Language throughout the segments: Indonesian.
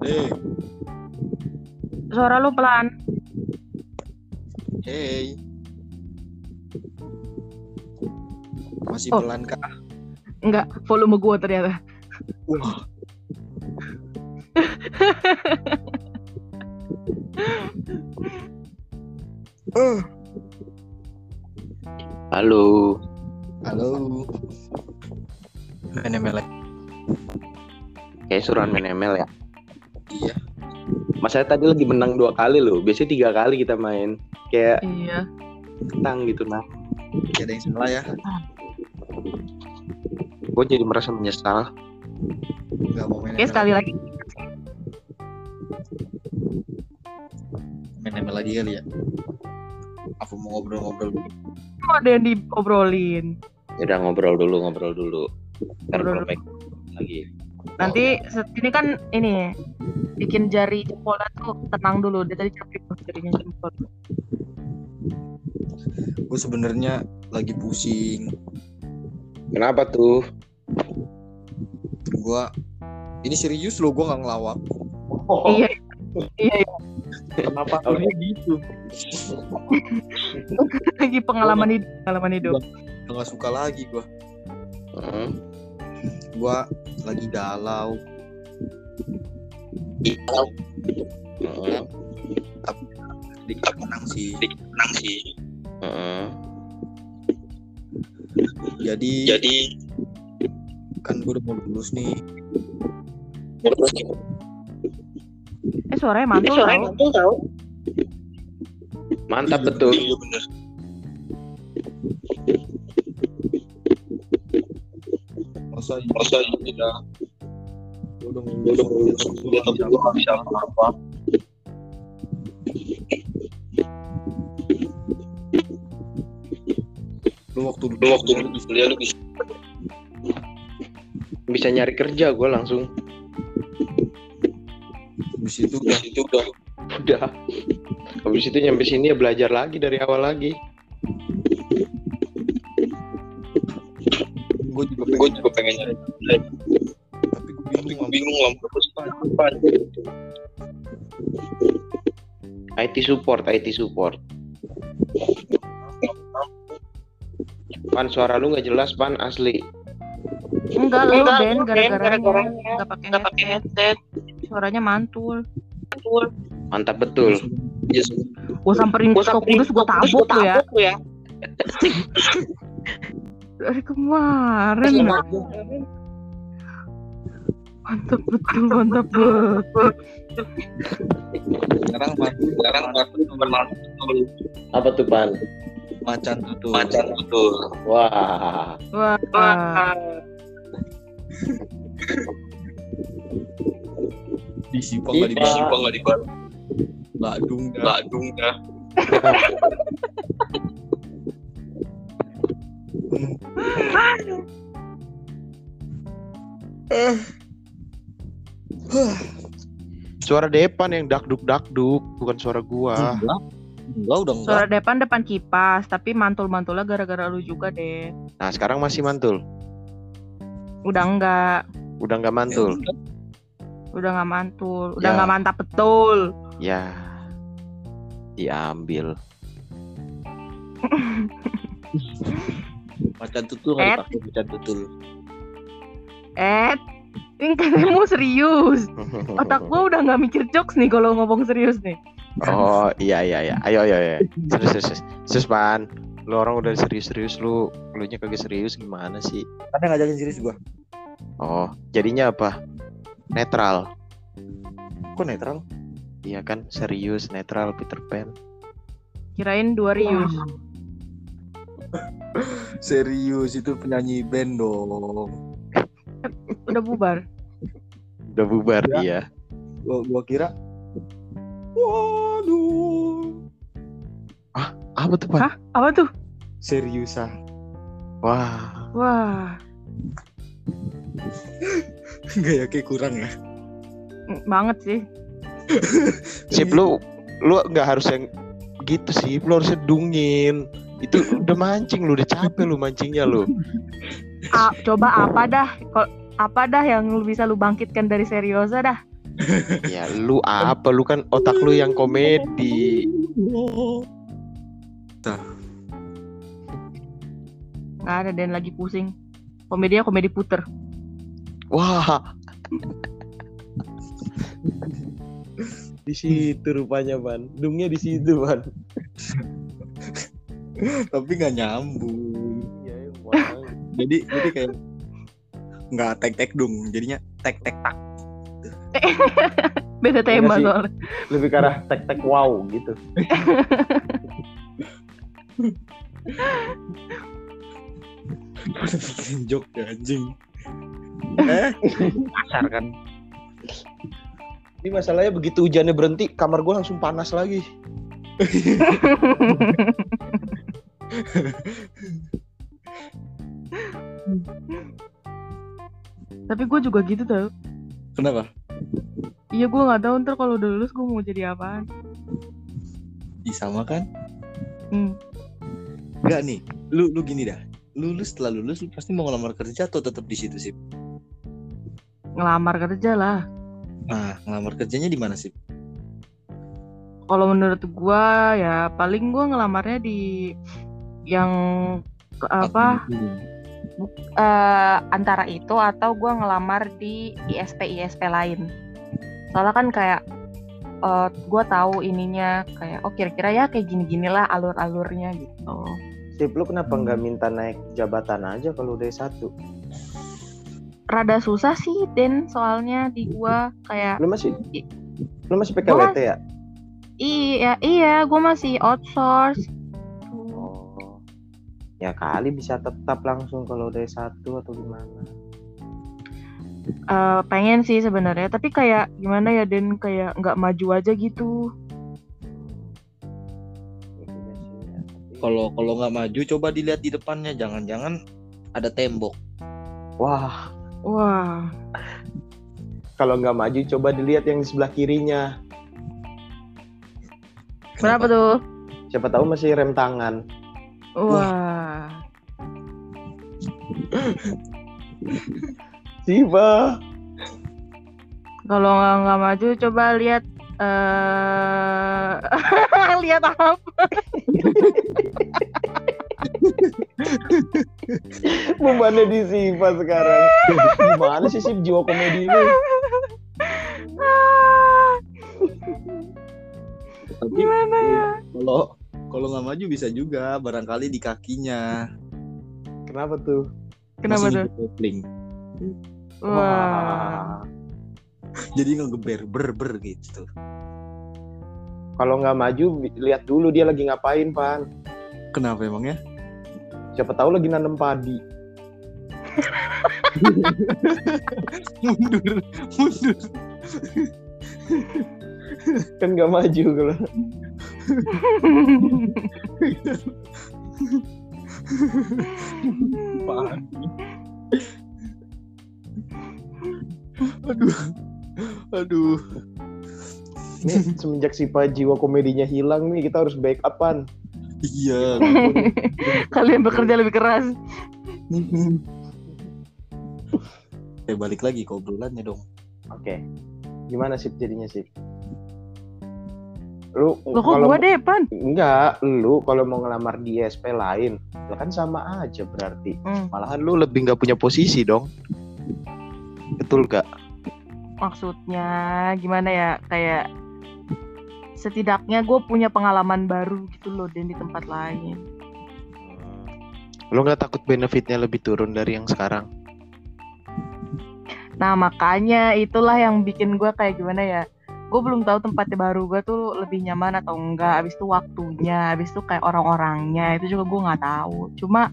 Hey, Suara lu pelan. hey. Masih Oh. pelan kah? Enggak, volume gua ternyata. Wah. Halo. Halo. Main ML. Kayak suruhan main ML ya. Iya. Mas saya tadi lagi menang 2 kali loh. Biasanya 3 kali kita main. Kayak Iya. ketang gitu nah. Gak ada yang salah ya. Gue jadi merasa menyesal. Gak mau main Oke, ML. sekali lagi. Main ML lagi kali ya. Apa mau ngobrol-ngobrol dulu? Kok ada yang diobrolin? Udah ngobrol dulu. Ntar Ngobrol. baik lagi. Nanti ini kan ini bikin jari jempolnya tuh tenang dulu. Dia tadi capek tuh jarinya jempol. Gue sebenarnya lagi pusing. Kenapa tuh? Gua ini serius loh, gue nggak ngelawak. Iya. Iya. Kenapa Oh, ini gitu? Lagi pengalaman hidup. Udah nggak suka lagi gue. Hmm. Gue lagi galau. Hmm. Dikit menang sih. Hmm. Jadi kan gue udah mau lulus nih. Suaranya mantul tau. Mantap betul. Iya bener. Masa tidak. Gue udah lulus. Gue nggak bisa apa-apa. Lu waktu kuliah lu Bisa nyari kerja gue langsung. Habis itu udah Udah. Habis itu nyampe sini ya belajar lagi dari awal lagi. gue juga pengen nyari. Tapi gue bingung lah apa. IT support. Pan, suara lu nggak jelas pan, asli. Enggak, lu Ben gara-gara enggak pakai headset. Suaranya mantul. Mantap betul. Yes. Gua samperin ke Kudus, gua tabuk lu ya. Dari kemarin. Mantap betul. Sekarang Apa tuh pan? macan tutul. Wah. Disipang nggak dibal. Ladung dah. Suara Depan yang dakduk, bukan suara gua. Enggak, udah enggak. Suara depan kipas, tapi mantul-mantulnya gara-gara lu juga deh. Nah, sekarang masih mantul. Udah enggak mantul. Udah enggak mantul. Udah Ya. enggak mantap betul. Ya. Diambil. Macan tutul nggak dipakai macan tutul. Ini katanya mau serius. Otak gua udah enggak mikir jokes nih kalau ngomong serius nih. Oh, iya. Ayo. Serius pan. Lu orang udah serius lu nya kagak serius gimana sih? Karena ngajakin serius gua. Oh, jadinya apa? Netral. Kok netral? Iya kan, serius, netral, Peter Pan. Kirain 2 rius. Serius itu penyanyi band dong. Udah bubar. Udah bubar Ya. dia. Gua kira. Waduh. Apa tuh pan? Hah? Apa tuh? Seriusan. Wah. Enggak ya, kayak kurang ya. Banget sih. Sip, lu nggak harus yang gitu sih, lu harus dungin. Itu udah mancing lu, udah capek lu mancingnya lu. Coba apa dah yang lu bisa lu bangkitkan dari Seriosa dah. Ya lu apa? Lu kan otak lu yang komedi. Nggak ada Dan lagi pusing. Komedinya komedi puter. Wah. Di situ rupanya, Ban. Dungnya di situ, Ban. Tapi nggak nyambung. Iya, wah. Jadi kayak nggak tek dung, jadinya tek tak. Beda tema sih? soalnya. Lebih ke arah tek wow gitu. Udah bikin joke ya, anjing. Kasar kan. Ini masalahnya begitu hujannya berhenti, kamar gue langsung panas lagi. Tapi gue juga gitu tau. Kenapa? Iya gue nggak tahu ntar kalau udah lulus gue mau jadi apaan. Sama kan? Hmm. Enggak nih, lu gini dah. Setelah lulus lu pasti mau ngelamar kerja atau tetap di situ sih? Ngelamar kerja lah. Nah, ngelamar kerjanya di mana sih? Kalau menurut gue ya paling gue ngelamarnya di yang apa antara itu atau gue ngelamar di ISP lain. Soalnya kan kayak gue tahu ininya kayak kira-kira ya kayak gini-gini lah alur-alurnya gitu. Sip, lu kenapa nggak minta naik jabatan aja kalau udah S1? Rada susah sih Den, soalnya di gua kayak Lu masih PKWT ya? Iya, gua masih outsource. Oh. Ya kali bisa tetap langsung kalau udah S1 atau gimana? Pengen sih sebenarnya, tapi kayak gimana ya Den, kayak nggak maju aja gitu. Kalau nggak maju coba dilihat di depannya, jangan-jangan ada tembok. Wah. Kalau nggak maju coba dilihat yang di sebelah kirinya. Kenapa tuh? Siapa tahu masih rem tangan. Wah. Siapa? Kalau nggak maju coba lihat lihat apa? Bebannya di Siva sekarang. Gimana sih jiwa komedi lu? Tapi Gimana ya? Kalau nggak maju bisa juga, barangkali di kakinya. Kenapa tuh? Kenapa Masih tuh? kopling. Wah. Jadi ngegeber ber gitu. Kalau nggak maju, lihat dulu dia lagi ngapain, Pan. Kenapa emangnya? Siapa tahu lagi nanam padi. mundur. Kan nggak maju kalau. Aduh. Nih semenjak Siva jiwa komedinya hilang nih, kita harus backup-an. Iya. Kalian bekerja lebih keras. Balik lagi ke obrolannya dong. Oke. Gimana sih jadinya sih? Lu Loh kok gua deh, Pan? Enggak, lu kalau mau ngelamar di SP lain, ya kan sama aja berarti. Malahan lu lebih nggak punya posisi dong. Betul gak? Maksudnya gimana ya, kayak setidaknya gue punya pengalaman baru gitu loh Dan di tempat lain. Lu nggak takut benefitnya lebih turun dari yang sekarang? Nah makanya itulah yang bikin gue kayak gimana ya, gue belum tahu tempatnya baru gue tuh lebih nyaman atau enggak. Abis itu waktunya, abis itu kayak orang-orangnya itu juga gue nggak tahu. Cuma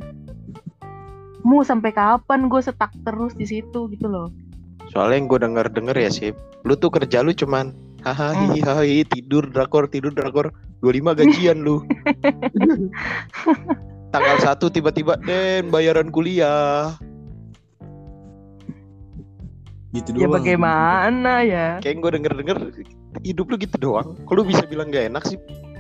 mau sampai kapan gue stuck terus di situ gitu loh. Soalnya yang gue denger ya sih, lu tuh kerja lu cuman hahaha tidur drakor 25 gajian lu. Tanggal 1 tiba-tiba Den bayaran kuliah. Gitu Ya doang. bagaimana ya? Kayak gue denger hidup lu gitu doang. Kok lu bisa bilang gak enak sih?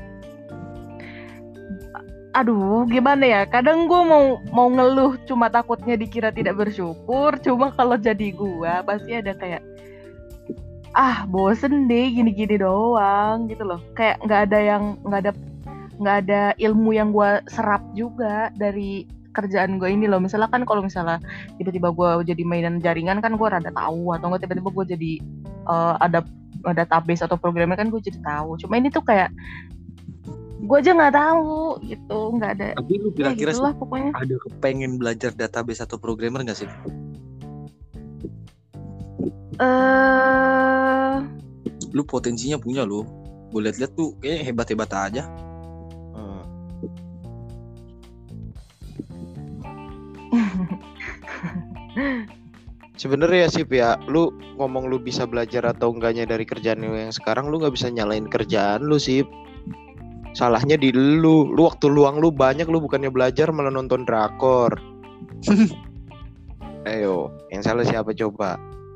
Aduh, gimana ya? Kadang gue mau ngeluh, cuma takutnya dikira tidak bersyukur. Cuma kalau jadi gue pasti ada kayak bosen deh gini-gini doang gitu loh. Kayak nggak ada ilmu yang gue serap juga dari kerjaan gue ini loh. Misalnya kan kalau misalnya tiba-tiba gue jadi mainan jaringan kan gue rada tahu, atau nggak tiba-tiba gue jadi ada database atau programnya kan gue jadi tahu. Cuma ini tuh kayak gue aja nggak tahu gitu, nggak ada. Tapi lu kira-kira gitulah pokoknya. ada kepengen belajar database atau programmer nggak sih? Lu potensinya punya lu. Gue liat-liat tuh kayaknya hebat-hebat aja. Sebenarnya sih ya, lu ngomong lu bisa belajar atau enggaknya dari kerjaan lu yang sekarang, lu nggak bisa nyalain kerjaan lu sih. Salahnya di lu waktu luang lu banyak, lu bukannya belajar malah nonton drakor. Ayo, yang salah siapa coba?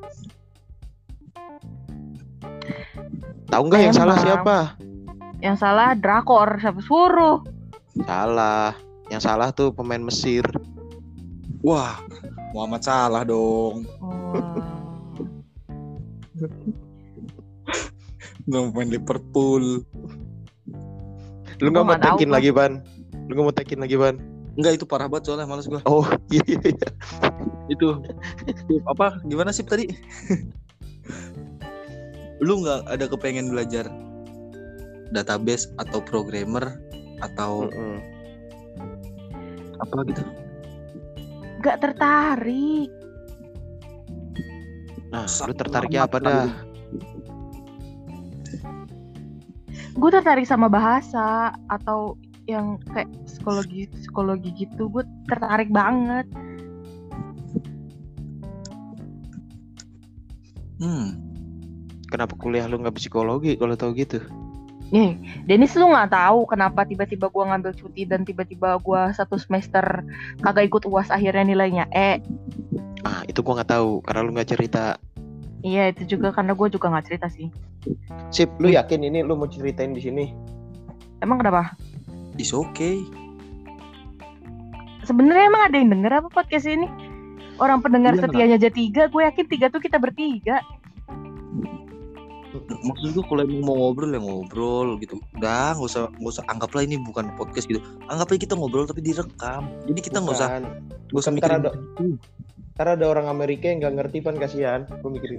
Tahu nggak yang salah siapa? Yang salah drakor, siapa suruh? Salah, yang salah tuh pemain Mesir. Wah, Muhammad Salah dong. Dong main Liverpool. Lu nggak mau tekin lagi, Ban? Lu nggak mau tekin lagi, Ban? Enggak, itu parah banget soalnya, males gua. Oh iya. Itu apa? Gimana sih tadi? Lu nggak ada kepengen belajar database atau programmer atau apa gitu? Gak tertarik. Nah, lu tertariknya apa dah? Gue tertarik sama bahasa atau yang kayak psikologi gitu. Gue tertarik banget. Kenapa kuliah lu nggak psikologi kalau tahu gitu? Nih, Dennis, lu nggak tahu kenapa tiba-tiba gue ngambil cuti dan tiba-tiba gue 1 semester kagak ikut UAS, akhirnya nilainya E. Itu gue nggak tahu karena lu nggak cerita. Iya, itu juga karena gue juga nggak cerita sih. Sip, lu yakin ini lu mau ceritain di sini? Emang kenapa? It's okay. Sebenarnya emang ada yang denger apa podcast ini? Orang pendengar setianya aja 3, gue yakin 3 tuh kita bertiga. Maksud gue kalau emang mau ngobrol ya ngobrol gitu. Udah nggak usah anggaplah ini bukan podcast gitu. Anggaplah kita ngobrol tapi direkam. Jadi kita nggak usah mikirin gitu. Karena ada orang Amerika yang nggak ngerti, Pan, kasihan. Gue mikirin.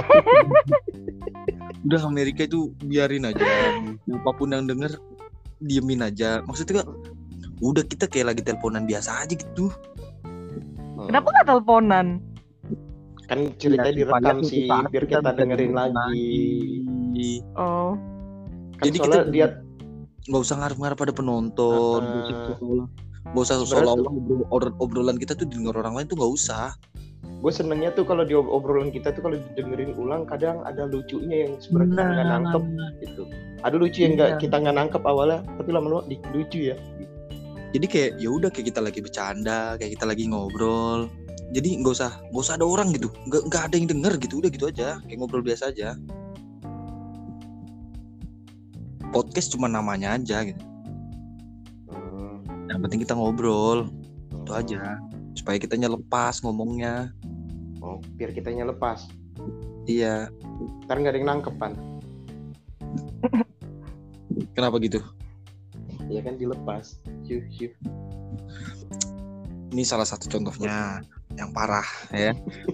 Udah, Amerika itu biarin aja. Apapun yang denger diemin aja. Maksudnya udah, kita kayak lagi teleponan biasa aja gitu. Kenapa nggak teleponan? Kan ceritanya direkam sih, biar kita dengerin lagi. Oh. Kan jadi kita lihat, nggak usah ngarep-ngarep pada penonton. Nggak usah seolah-olah obrolan kita tuh denger orang lain tuh nggak usah. Gue senengnya tuh kalau di obrolan kita tuh kalau didengerin ulang kadang ada lucunya yang sebenarnya kita nggak nangkep gitu. Ada lucu yang kita nggak nangkep awalnya, tapi lama-lama lucu ya. Jadi kayak ya udah, kayak kita lagi bercanda, kayak kita lagi ngobrol. Jadi nggak usah ada orang gitu, nggak ada yang denger gitu, udah gitu aja, kayak ngobrol biasa aja. Podcast cuma namanya aja gitu. Yang penting kita ngobrol, itu aja, supaya kitanya lepas ngomongnya. Oh, biar kitanya lepas. Iya. Ntar nggak ada yang nangkep, Pan. Kenapa gitu? Ya kan dilepas. Syuh. Ini salah satu contohnya yang parah ya.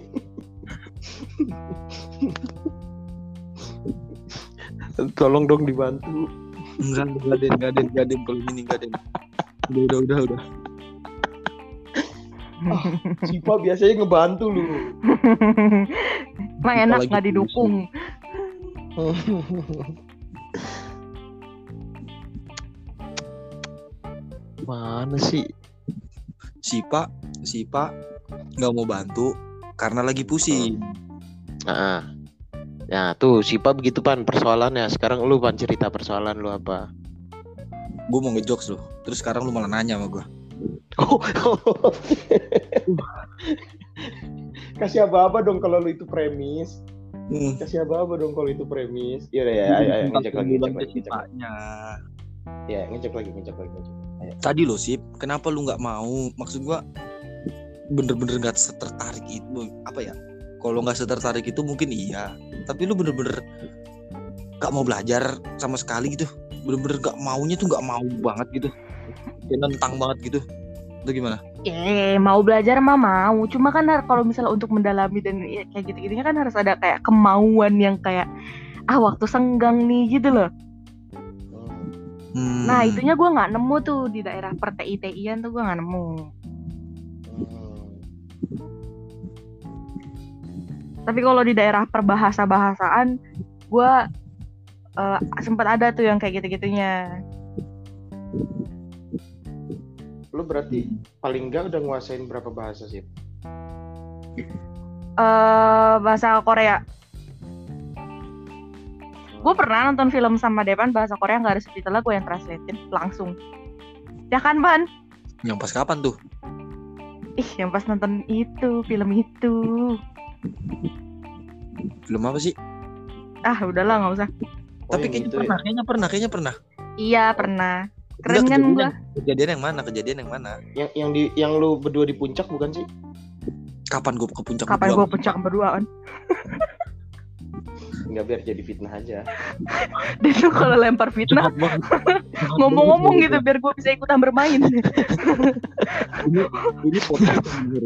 Tolong dong dibantu. Enggak den kalau ini enggak den. Udah. Sipa biasanya ngebantu lu. Emang enak nggak didukung. Mana sih? Sipa nggak mau bantu karena lagi pusing. Ya tuh Sipa begitu, Pan, persoalannya. Sekarang lu, Pan, cerita persoalan lu apa? Gue mau ngejokes lu, terus sekarang lu malah nanya sama gue. Kasih apa-apa dong kalau lu itu premis. Kasih apa-apa dong kalau itu premis. Iya ya, ayo ngejek lagi. Ya, ngejek lagi. Ayo. Tadi lo Sip, kenapa lu nggak mau? Maksud gua bener-bener nggak tertarik itu, apa ya? Kalau nggak setertarik itu mungkin iya. Tapi lu bener-bener gak mau belajar sama sekali gitu. Bener-bener gak maunya tuh gak mau banget gitu. Kayak nentang banget gitu. Itu gimana? Mau belajar mah mau. Cuma kan kalau misalnya untuk mendalami dan ya, kayak gitu-gitunya kan harus ada kayak kemauan yang kayak waktu senggang nih gitu loh. Nah itunya gue nggak nemu tuh di daerah per TI-TIan tuh gue nggak nemu. Tapi kalau di daerah perbahasa-bahasaan gue sempat ada tuh yang kayak gitu-gitunya. Lu berarti paling enggak udah nguasain berapa bahasa sih? Bahasa Korea. Gue pernah nonton film sama Depan bahasa Korea nggak ada subtitle, gue yang translatein langsung. Ya kan, Pan? Yang pas kapan tuh? Yang pas nonton itu, film itu. Film apa sih? Udahlah nggak usah. Tapi kayaknya pernah. Iya pernah. Keren kan gue? Kejadian yang mana? Yang lu berdua di puncak bukan sih? Kapan gue ke puncak? Kapan gue puncak berduaan? Enggak, biar jadi fitnah aja. Dan lu kalau lempar fitnah ngomong-ngomong gitu biar gue bisa ikutan bermain. Ini podcast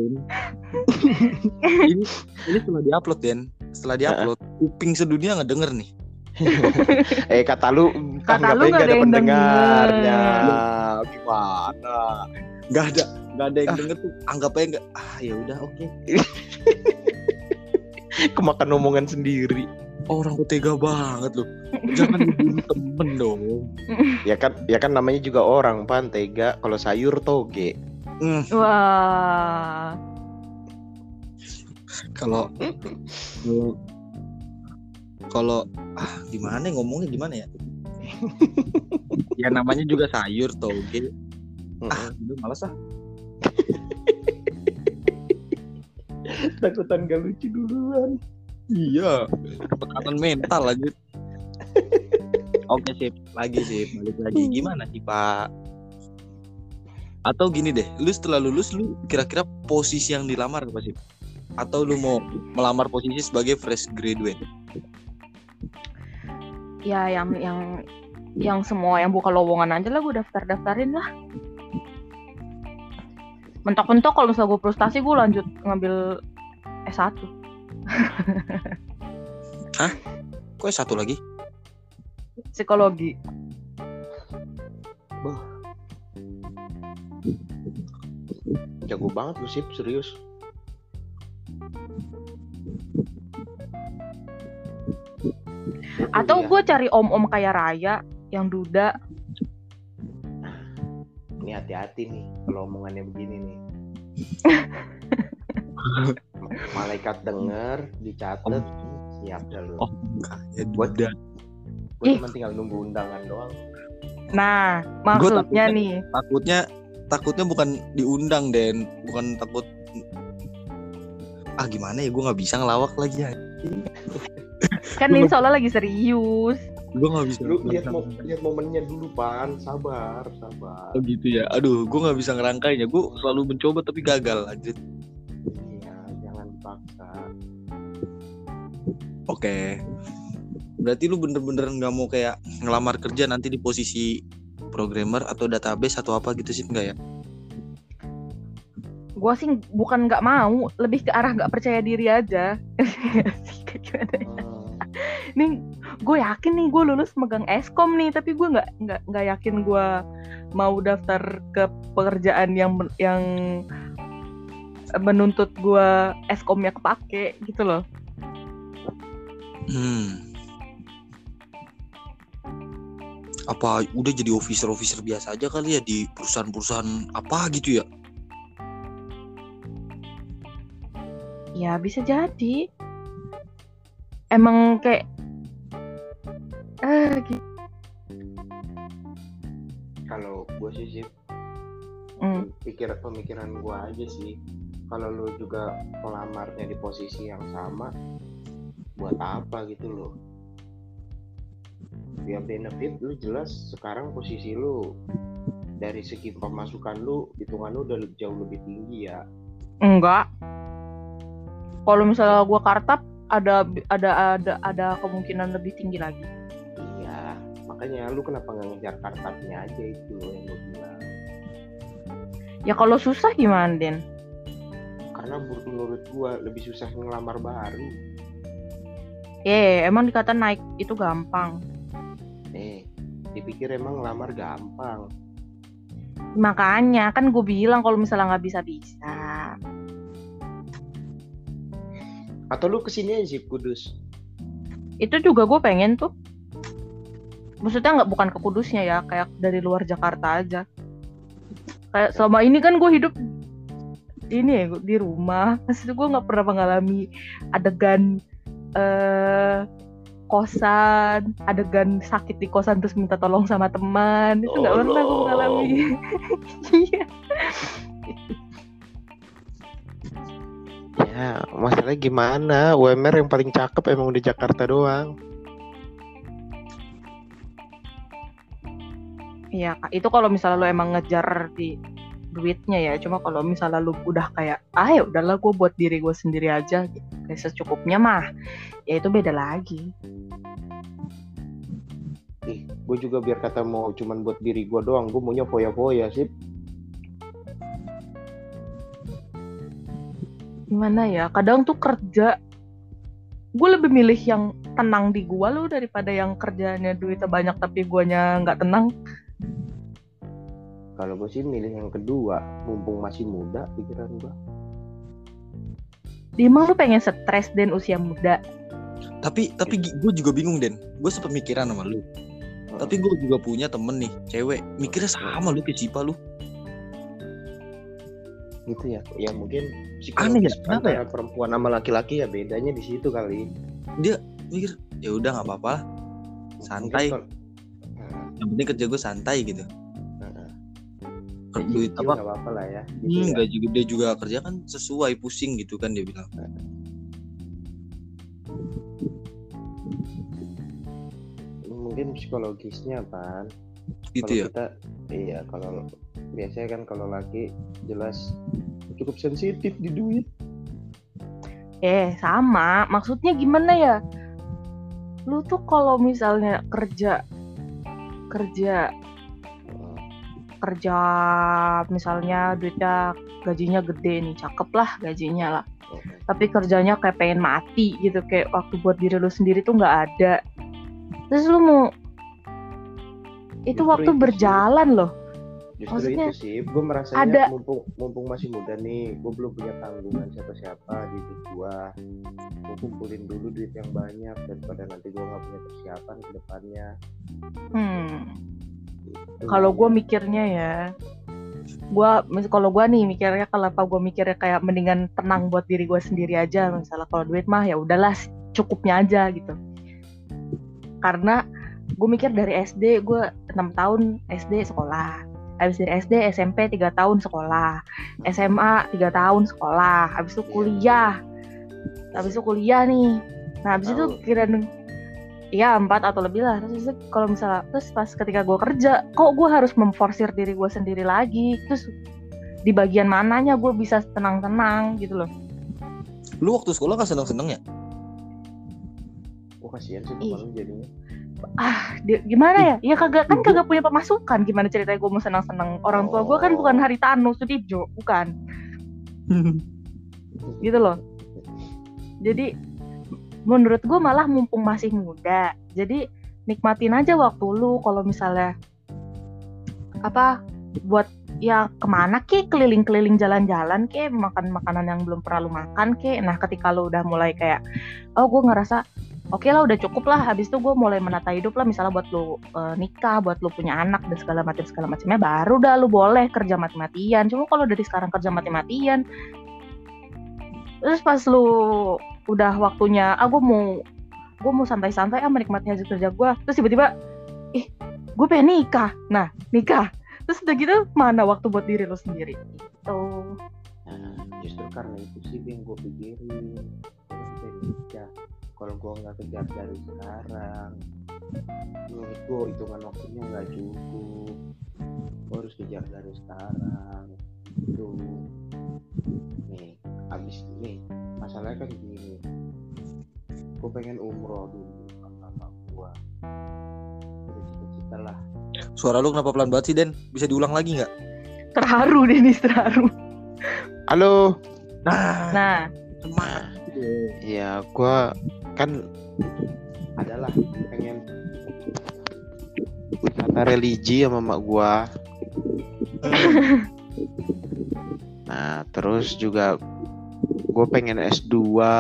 ini setelah diupload Den. Setelah diupload, kuping sedunia ngedenger nih. Kata lu nggak ada yang dengarnya. Gimana? Nggak ada yang denger tuh. Anggap aja nggak. Ya udah oke. Kemakan omongan sendiri. Orang kok tega banget loh. Jangan dibunuh temen dong. Ya kan namanya juga orang, Pan, tega. Kalau sayur toge. Wah. Kalau gimana ngomongnya gimana ya? Ya namanya juga sayur toge. Udah malas ah. Takutan gak lucu duluan. Iya. Tekanan mental lanjut. Oke sip, balik lagi. Gimana sih Pak? Atau gini deh, lu setelah lulus lu kira-kira posisi yang dilamar apa sih? Atau lu mau melamar posisi sebagai fresh graduate? Ya yang semua yang buka lowongan aja lah gue daftarin lah. Mentok-mentok kalau misalnya gue frustasi gue lanjut ngambil S1. Hah? Kok S1 lagi? Psikologi. Jago banget lu sih, serius. Atau gue cari om-om kaya raya yang duda. Ini hati-hati nih kalau omongannya begini nih. Malaikat denger, dicatat, siap dah lu. Buat gue cuma tinggal nunggu undangan doang. Nah, maksudnya nih. Takutnya bukan diundang Den, bukan takut. Gimana ya, gue nggak bisa ngelawak lagi ya. Kan ini soalnya lagi serius. Gue nggak bisa. Lu lihat momennya dulu Pan, sabar. Oh gitu ya. Aduh, gue nggak bisa ngerangkainya. Gue selalu mencoba tapi gagal. Lanjut. Iya, jangan dipaksa. Oke. Berarti lu bener-bener nggak mau kayak ngelamar kerja nanti di posisi programmer atau database atau apa gitu sih, enggak ya? Gue sih bukan nggak mau, lebih ke arah nggak percaya diri aja. Nih, gue yakin nih gue lulus megang Eskom nih, tapi gue nggak yakin gue mau daftar ke pekerjaan yang menuntut gue Eskomnya kepake gitu loh. Apa udah jadi officer biasa aja kali ya di perusahaan apa gitu ya? Ya bisa jadi. Emang kayak gitu. Kalau gue sih pemikiran gue aja sih. Kalau lu juga melamarnya di posisi yang sama, buat apa gitu loh? Ya benefit lu jelas sekarang posisi lu dari segi pemasukan lu, hitungan lu udah jauh lebih tinggi ya. Enggak. Kalau misalnya gue kartap ada kemungkinan lebih tinggi lagi. Iya, makanya lu kenapa nggak ngejar kartapnya aja itu yang gue bilang. Ya kalau susah gimana, Den? Karena menurut gue lebih susah ngelamar baru. Emang dikata naik itu gampang. Dipikir emang ngelamar gampang. Makanya kan gue bilang kalau misalnya nggak bisa. Atau lu kesini aja sih Kudus? Itu juga gue pengen tuh. Maksudnya bukan ke Kudusnya ya, kayak dari luar Jakarta aja. Kayak selama ini kan gue hidup ini ya di rumah. Maksudnya gue nggak pernah mengalami adegan kosan, adegan sakit di kosan terus minta tolong sama teman. Itu nggak pernah gue mengalami. Iya. Ya, masalahnya gimana? UMR yang paling cakep emang di Jakarta doang. Iya, itu kalau misalnya lo emang ngejar di duitnya ya. Cuma kalau misalnya lo udah kayak, ya udahlah gue buat diri gue sendiri aja, gitu. Kayak secukupnya mah, ya itu beda lagi. Gue juga biar kata mau cuman buat diri gue doang, gue maunya foya-foya sih. Gimana ya, kadang tuh kerja gue lebih milih yang tenang di gue lo daripada yang kerjanya duitnya banyak tapi guanya nggak tenang. Kalau gue sih milih yang kedua, mumpung masih muda pikiran gue. Emang lu pengen stres Den usia muda? Tapi gue juga bingung Den, gue sempet mikiran sama lu. Tapi gue juga punya temen nih, cewek, mikirnya sama lu kayak Cipa lu. Gitu ya, ya mungkin Aneh ya, psikologis kenapa antara perempuan sama laki-laki ya bedanya di situ kali. Dia mikir ya udah nggak apa-apa, santai. Yang penting kerja gue santai gitu. Duit apa? Nggak apa-apa lah ya. Gitu Nggak juga, dia juga kerja kan sesuai, pusing gitu kan dia bilang. Mungkin psikologisnya Pan. Gitu ya. Kita kalau biasanya kan kalau laki jelas cukup sensitif di duit. Sama, maksudnya gimana ya? Lu tuh kalau misalnya kerja misalnya duitnya gajinya gede nih, cakep lah gajinya lah. Tapi kerjanya kayak pengen mati gitu, kayak waktu buat diri lu sendiri tuh nggak ada. Terus lu mau itu Justru waktu itu berjalan loh. Justru Maksudnya, itu sih, gue merasanya mumpung masih muda nih, gue belum punya tanggungan siapa-siapa di hidup gue. Gue kumpulin dulu duit yang banyak daripada nanti gue nggak punya persiapan ke depannya. Gitu. Kalau gue mikirnya ya, kalau gue nih mikirnya, kenapa gue mikirnya kayak mendingan tenang buat diri gue sendiri aja. Misalnya kalau duit mah ya udahlah cukupnya aja gitu. Karena gue mikir dari SD, gue 6 tahun SD sekolah. Habis dari SD, SMP 3 tahun sekolah. SMA 3 tahun sekolah. Habis itu kuliah. Habis itu kuliah nih. Nah habis itu kira-kira 4 atau lebih lah. Terus kalau misalnya, terus pas ketika gue kerja, kok gue harus memforsir diri gue sendiri lagi. Terus di bagian mananya gue bisa tenang-tenang gitu loh. Lu waktu sekolah gak seneng-seneng ya? Gue kasihan sih teman lu jadinya. Gimana ya? Ya kagak punya pemasukan. Gimana ceritanya gue mau senang-senang? Orang tua gue kan bukan Haritanu Sudibjo, bukan. Gitu loh. Jadi menurut gue malah mumpung masih muda, jadi nikmatin aja waktu lu. Kalau misalnya buat ya kemana ke, keliling-keliling jalan-jalan ke, makan makanan yang belum pernah lu makan ke. Nah ketika lu udah mulai kayak gue ngerasa oke lah udah cukup lah, habis itu gue mulai menata hidup lah, misalnya buat lu nikah, buat lu punya anak dan segala macamnya, baru dah lu boleh kerja mati-matian. Cuma kalau dari sekarang kerja mati-matian, terus pas lu udah waktunya gue mau santai-santai menikmati hasil kerja gue, terus tiba-tiba gue pengen nikah. Nah nikah terus udah gitu mana waktu buat diri lu sendiri gitu. Justru karena itu sih yang gue pikirin, nikah kalau gue nggak kejar dari sekarang, menurut gue hitungan waktunya nggak cukup. Gue harus kejar dari sekarang. Itu nih abis nih masalahnya kan gini, gue pengen umroh dulu sama gue, ada cita-cita lah. Suara lu kenapa pelan banget sih, Den? Bisa diulang lagi nggak? Terharu Denis, terharu. Halo. Nah, Semangat. Ya gue kan adalah pengen wisata religi sama mak gue. Nah terus juga gue pengen S2,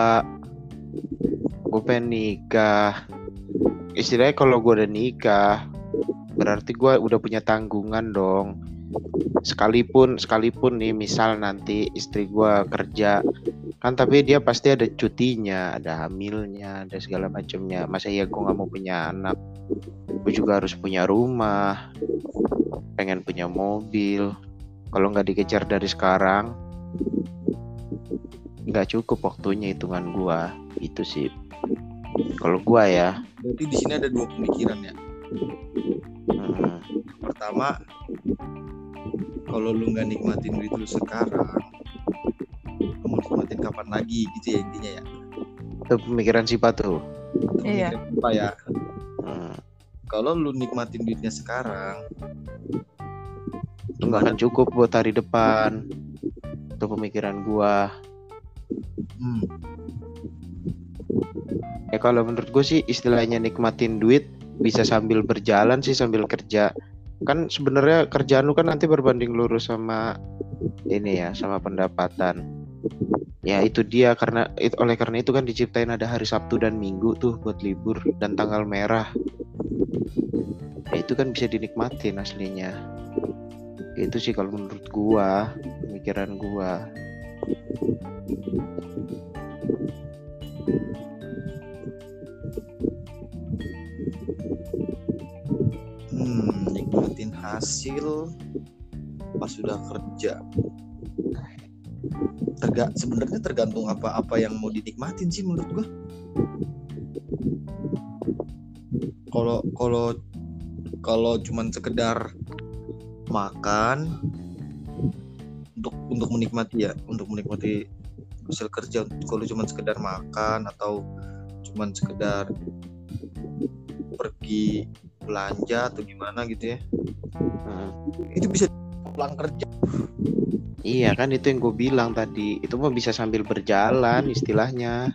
gue pengen nikah. Istilahnya kalau gue udah nikah berarti gue udah punya tanggungan dong. Sekalipun nih misal nanti istri gue kerja kan, tapi dia pasti ada cutinya, ada hamilnya, ada segala macamnya. Masa iya gue nggak mau punya anak? Gue juga harus punya rumah, pengen punya mobil. Kalau nggak dikejar dari sekarang, nggak cukup waktunya hitungan gue. Itu sih. Kalau gue ya. Berarti di sini ada dua pemikiran ya. Pertama, kalau lu nggak nikmatin duit lu sekarang, kamu nikmatin kapan lagi gitu ya intinya ya. Itu pemikiran Sipa tuh. Iya. Apa ya? Kalau lu nikmatin duitnya sekarang, itu nggak akan cukup buat hari depan. Itu pemikiran gua. Ya kalau menurut gue sih istilahnya nikmatin duit bisa sambil berjalan sih, sambil kerja. Kan sebenarnya kerjaan lu kan nanti berbanding lurus sama ini ya, sama pendapatan. Ya itu dia, oleh karena itu kan diciptain ada hari Sabtu dan Minggu tuh buat libur dan tanggal merah. Ya itu kan bisa dinikmatin aslinya. Itu sih kalau menurut gua, pemikiran gua. Nikmatin hasil pas sudah kerja. Sebenarnya tergantung apa yang mau dinikmatin sih menurut gua. Kalau cuman sekedar makan untuk menikmati hasil kerja, kalau cuman sekedar makan atau cuman sekedar pergi belanja atau gimana gitu ya, itu bisa pulang kerja. Iya kan, itu yang gue bilang tadi, itu mah bisa sambil berjalan istilahnya.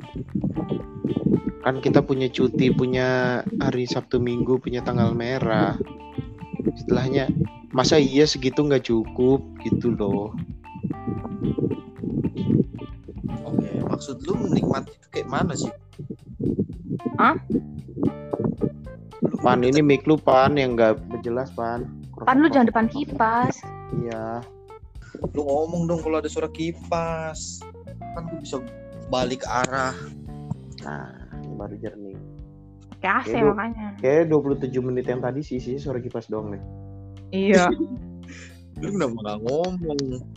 Kan kita punya cuti, punya hari Sabtu Minggu, punya tanggal merah. Istilahnya masa iya segitu nggak cukup gitu loh. Oke, maksud lu menikmati itu kayak mana sih? Hah? Pan, ini mic lu Pan yang nggak jelas Pan. Pan lu jangan depan kipas. Iya. Lu ngomong dong kalau ada suara kipas. Kan lu bisa balik arah. Nah, ini baru jernih. Kayak AC Kayak makanya. Kayak 27 menit yang tadi sih suara kipas doang nih. Iya. Lu kenapa nggak ngomong?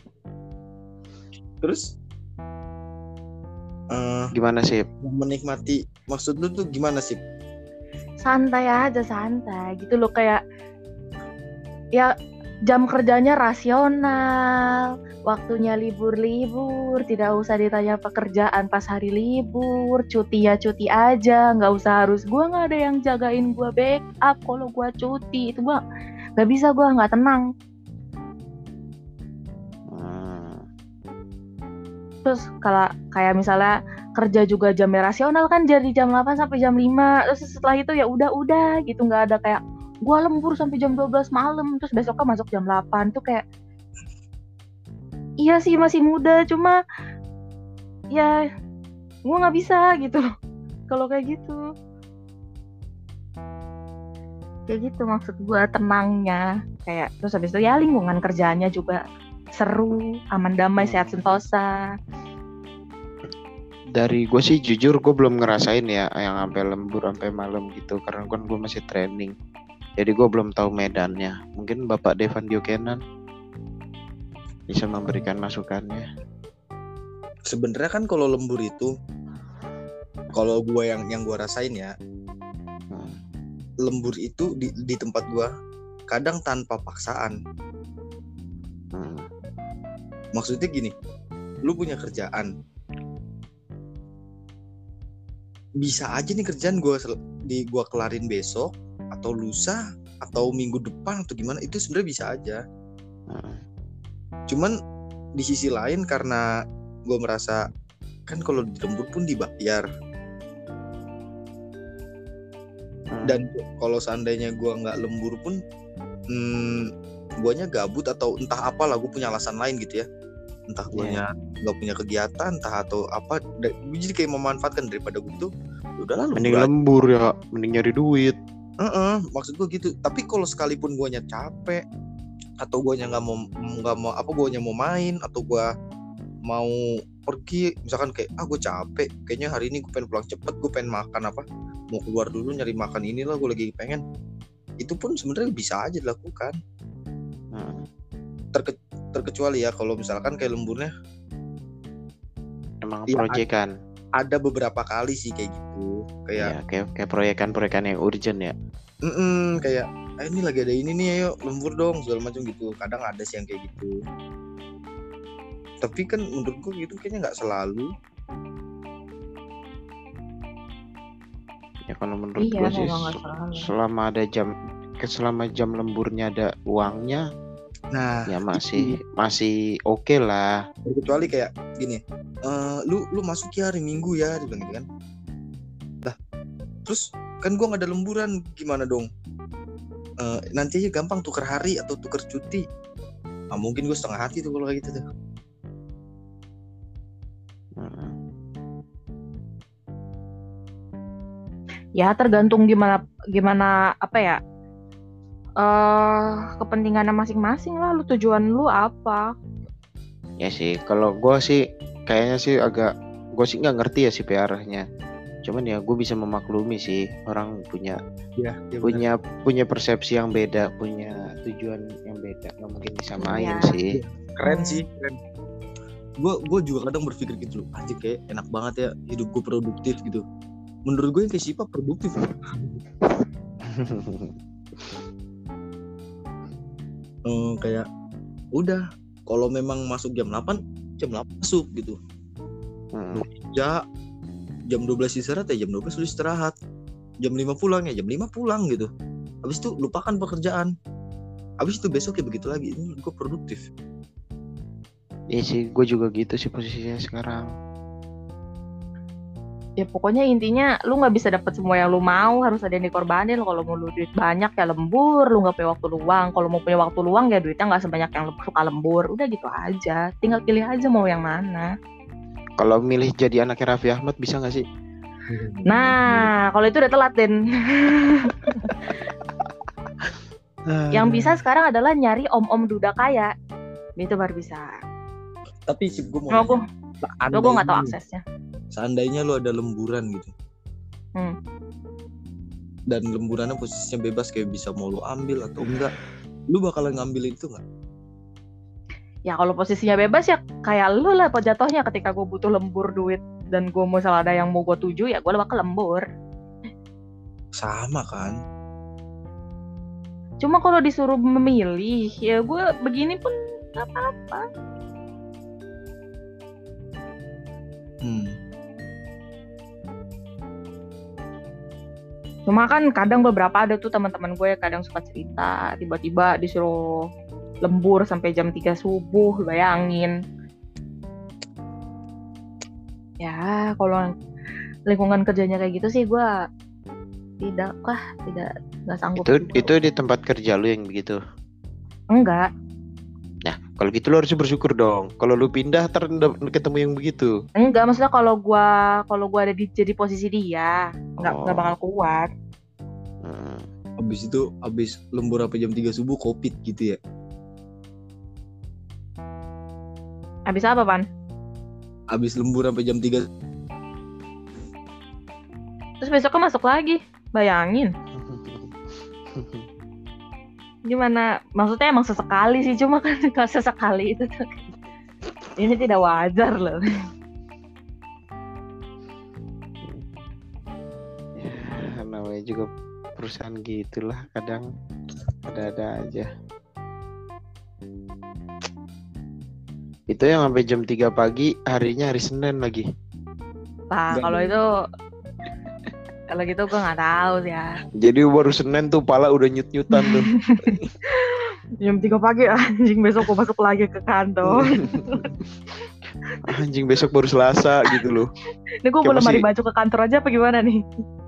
Terus Gimana sih? menikmati, maksud lu tuh gimana sih? Santai aja, santai gitu loh, kayak ya jam kerjanya rasional, waktunya libur-libur, tidak usah ditanya pekerjaan pas hari libur, cuti ya cuti aja, nggak usah harus gue nggak ada yang jagain gue backup kalau gue cuti, itu gue nggak bisa, gue nggak tenang. Terus kalau kayak misalnya kerja juga jamnya rasional kan, jadi jam 8 sampai jam 5, terus setelah itu ya udah gitu, nggak ada kayak gue lembur sampai jam 12 malam terus besoknya masuk jam 8 tuh kayak iya sih masih muda, cuma ya gue nggak bisa gitu kalau kayak gitu maksud gue tenangnya. Kayak terus habis itu ya lingkungan kerjanya juga seru, aman damai, sehat sentosa. Dari gue sih jujur gue belum ngerasain ya yang sampai lembur sampai malam gitu, karena kan gue masih training. Jadi gue belum tahu medannya. Mungkin Bapak Devan Diokenan bisa memberikan masukannya. Sebenarnya kan kalau lembur itu, kalau gue yang gue rasain ya, lembur itu di tempat gue kadang tanpa paksaan. Maksudnya gini, lu punya kerjaan, bisa aja nih kerjaan gua kelarin besok atau lusa atau minggu depan atau gimana, itu sebenarnya bisa aja. Cuman di sisi lain karena gua merasa kan kalau di lembur pun dibayar, dan kalau seandainya gua nggak lembur pun guanya gabut atau entah apalah, gue punya alasan lain gitu ya, entah guanya nggak punya kegiatan entah atau apa, gue jadi kayak memanfaatkan daripada gue tuh udahlah mending lembur ya, mending nyari duit. Maksud gue gitu. Tapi kalau sekalipun guanya capek atau guanya nggak mau apa, guanya mau main atau gua mau pergi, misalkan kayak gue capek kayaknya hari ini gue pengen pulang cepet, gue pengen makan apa, mau keluar dulu nyari makan inilah gue lagi pengen, itu pun sebenarnya bisa aja dilakukan. Terkecuali ya kalau misalkan kayak lemburnya emang proyekan. Ada beberapa kali sih kayak gitu, kayak proyekan yang urgent ya. Kayak ini lagi ada ini nih, ayo lembur dong segala macam gitu. Kadang ada sih yang kayak gitu. Tapi kan menurut gue gitu kayaknya nggak selalu. Ya kalau menurut gue sih selama jam lemburnya ada uangnya, nah ya masih oke lah. Kecuali kayak gini, lu masuk ya hari Minggu ya, dibilang gitu kan. Lah, terus kan gue nggak ada lemburan, gimana dong? Nanti aja gampang tuker hari atau tuker cuti. Mungkin gue setengah hati tuh kalau kayak gitu tuh. Ya tergantung gimana apa ya, kepentingannya masing-masing lah. Lu tujuan lu apa? Ya sih, kalau gue sih kayaknya sih gue sih nggak ngerti ya si PR-nya. Cuman ya gue bisa memaklumi sih, orang punya persepsi yang beda, punya tujuan yang beda, nggak mungkin disamain sih. Keren sih, keren. Gue juga kadang berpikir gitu loh, anjir kayak enak banget ya hidup gue produktif gitu. Menurut gue yang kayak Sipa produktif. Kayak udah kalau memang masuk jam 8 masuk gitu. Ya jam 12 istirahat ya jam 12 lu istirahat. Jam 5 pulang ya jam 5 pulang gitu. Habis itu lupakan pekerjaan. Habis itu besok ya begitu lagi. Ini gue produktif. Iya sih, gue juga gitu sih posisinya sekarang. Ya pokoknya intinya lu nggak bisa dapat semua yang lu mau, harus ada yang dikorbanin. Kalau mau lu duit banyak ya lembur, lu nggak punya waktu luang. Kalau mau punya waktu luang ya duitnya nggak sebanyak yang suka lembur. Udah gitu aja, tinggal pilih aja mau yang mana. Kalau milih jadi anaknya Raffi Ahmad bisa nggak sih? Nah, kalau itu udah telat Den. Yang bisa sekarang adalah nyari om-om duda kaya, itu baru bisa. Tapi sih gue gue nggak tahu aksesnya. Seandainya lu ada lemburan gitu, dan lemburannya posisinya bebas, kayak bisa mau lu ambil atau enggak, lu bakalan ngambil itu nggak? Ya kalau posisinya bebas ya kayak lu lah jatuhnya, ketika gue butuh lembur duit dan gue misalnya ada yang mau gue tuju ya gue bakal lembur. Sama kan? Cuma kalau disuruh memilih ya gue begini pun nggak apa-apa. Cuma kan kadang beberapa ada tuh teman-teman gue kadang suka cerita tiba-tiba disuruh lembur sampai jam 3 subuh, bayangin. Ya kalau lingkungan kerjanya kayak gitu sih gue nggak sanggup. Itu di tempat kerja lu yang begitu? Enggak. Nah kalau gitu lu harus bersyukur dong. Kalau lu pindah ntar ketemu yang begitu. Enggak, maksudnya kalau gue ada jadi posisi dia nggak bakal kuat. Abis lembur sampai jam 3 subuh COVID gitu ya? Abis apa Pan? Abis lembur sampai jam 3 terus besoknya masuk lagi, bayangin. Gimana? Maksudnya emang sesekali sih, cuma kan kalau sesekali itu tuh ini tidak wajar loh. Ya, namanya juga perusahaan gitulah, kadang ada aja. Itu yang sampai jam 3 pagi, harinya hari Senin lagi. Nah, kalau itu Kalau gitu gue nggak tahu ya. Jadi baru Senin tuh pala udah nyut-nyutan tuh. Jam 3 pagi anjing, besok gue masuk lagi ke kantor. Anjing besok baru Selasa gitu loh. Ini gue Kayak boleh mari masih- baju ke kantor aja apa gimana nih?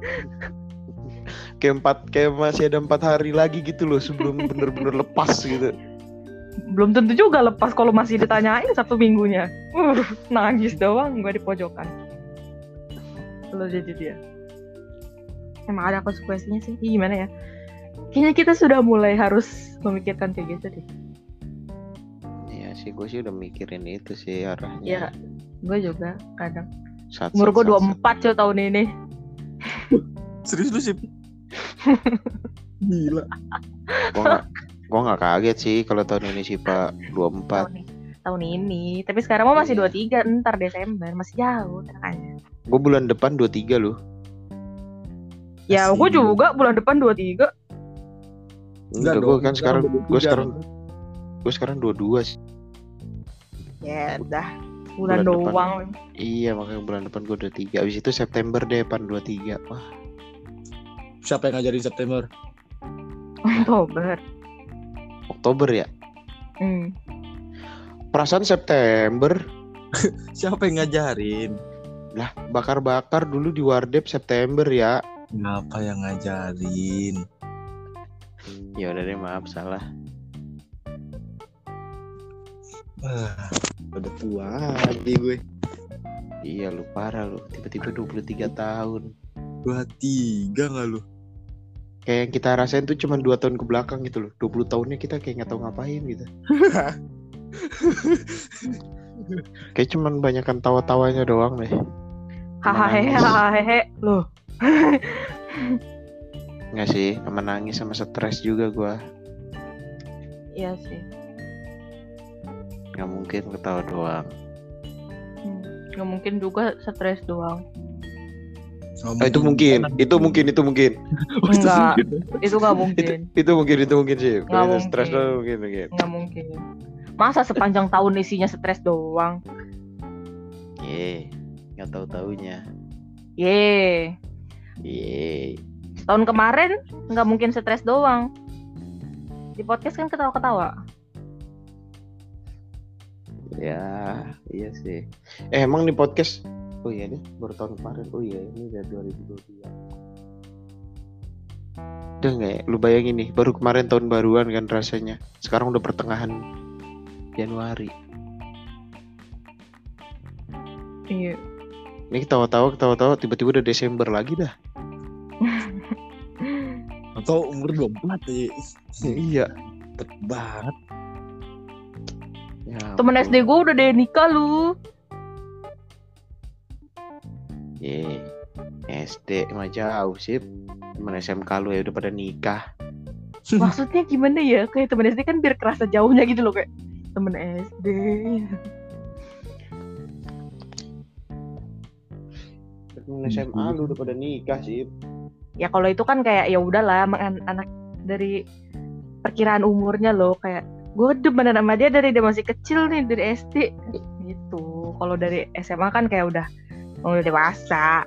Kayak masih ada 4 hari lagi gitu loh sebelum bener-bener lepas gitu. Belum tentu juga lepas kalau masih ditanyain Sabtu Minggunya. Nangis doang gue di pojokan. Kalau jadi dia. Emang ada konsekuensinya sih. Ih, gimana ya? Kayaknya kita sudah mulai harus memikirkan kayak gitu deh. Iya sih, gue sih udah mikirin itu sih arahnya. Iya, gue juga kadang. Sat, Umur gue sat, sat. 24 cuy tahun ini. Serius lu sih? Gila. Gue nggak kaget sih kalau tahun ini sih Pak 24. Tahun ini. Tapi sekarang mah masih Iya. 23, ntar Desember. Masih jauh makanya. Gue bulan depan 23 loh. Ya, Asik. gue juga bulan depan 23. Enggak, gue kan sekarang gue sekarang 22 sih. Ya, dah. Bulan Bulan depan. doang. Iya, makanya bulan depan gue 23. Abis itu September deh pan 23. Wah, Siapa yang ngajarin September? Oktober. Oktober ya. Perasaan September. Siapa yang ngajarin? Lah, bakar-bakar dulu di Wardep September ya. Ngapa yang ngajarin? Ya udah deh, maaf salah. Udah tua lagi gue. Iya, lu parah lu. Tiba-tiba 23 tahun. 23 nggak lu? Kayak yang kita rasain tuh cuma 2 tahun ke belakang gitu loh. 20 tahunnya kita kayak nggak tahu ngapain gitu. Kayak cuman banyakan tawa-tawanya doang deh. Hahaha, loh. Nggak sih, sama nangis sama stres juga gua. Iya sih. Nggak mungkin ketawa doang. Nggak mungkin juga stres doang. Itu mungkin. Enggak, itu nggak mungkin. Itu mungkin sih. Nggak Kalau mungkin. stres doang mungkin. Nggak mungkin. Masa sepanjang tahun isinya stres doang? Nggak tahu taunya. Ye, tahun kemarin nggak mungkin stres doang. Di podcast kan ketawa-ketawa. Ya, iya sih. Emang di podcast. Oh iya nih, baru tahun kemarin. Oh iya, ini udah 2022. Udah nggak ya? Lu bayangin nih, baru kemarin tahun baruan kan rasanya. Sekarang udah pertengahan Januari. Iya. Ini ketawa-tawa tiba-tiba udah Desember lagi dah. Atau umur 24 ya. Iya. Cepet banget. Ya, Temen ampun. SD gue udah deh nikah lu. SD mah jauh sih. Temen SMK lu ya udah pada nikah. Maksudnya gimana ya? Kayak temen SD kan biar kerasa jauhnya gitu loh, kayak temen SD. Temen SMA lu udah pada nikah sih. Ya kalau itu kan kayak ya udahlah, anak dari perkiraan umurnya loh, kayak gue demenan sama dia dari dia masih kecil nih, dari SD gitu. Kalau dari SMA kan kayak udah dewasa.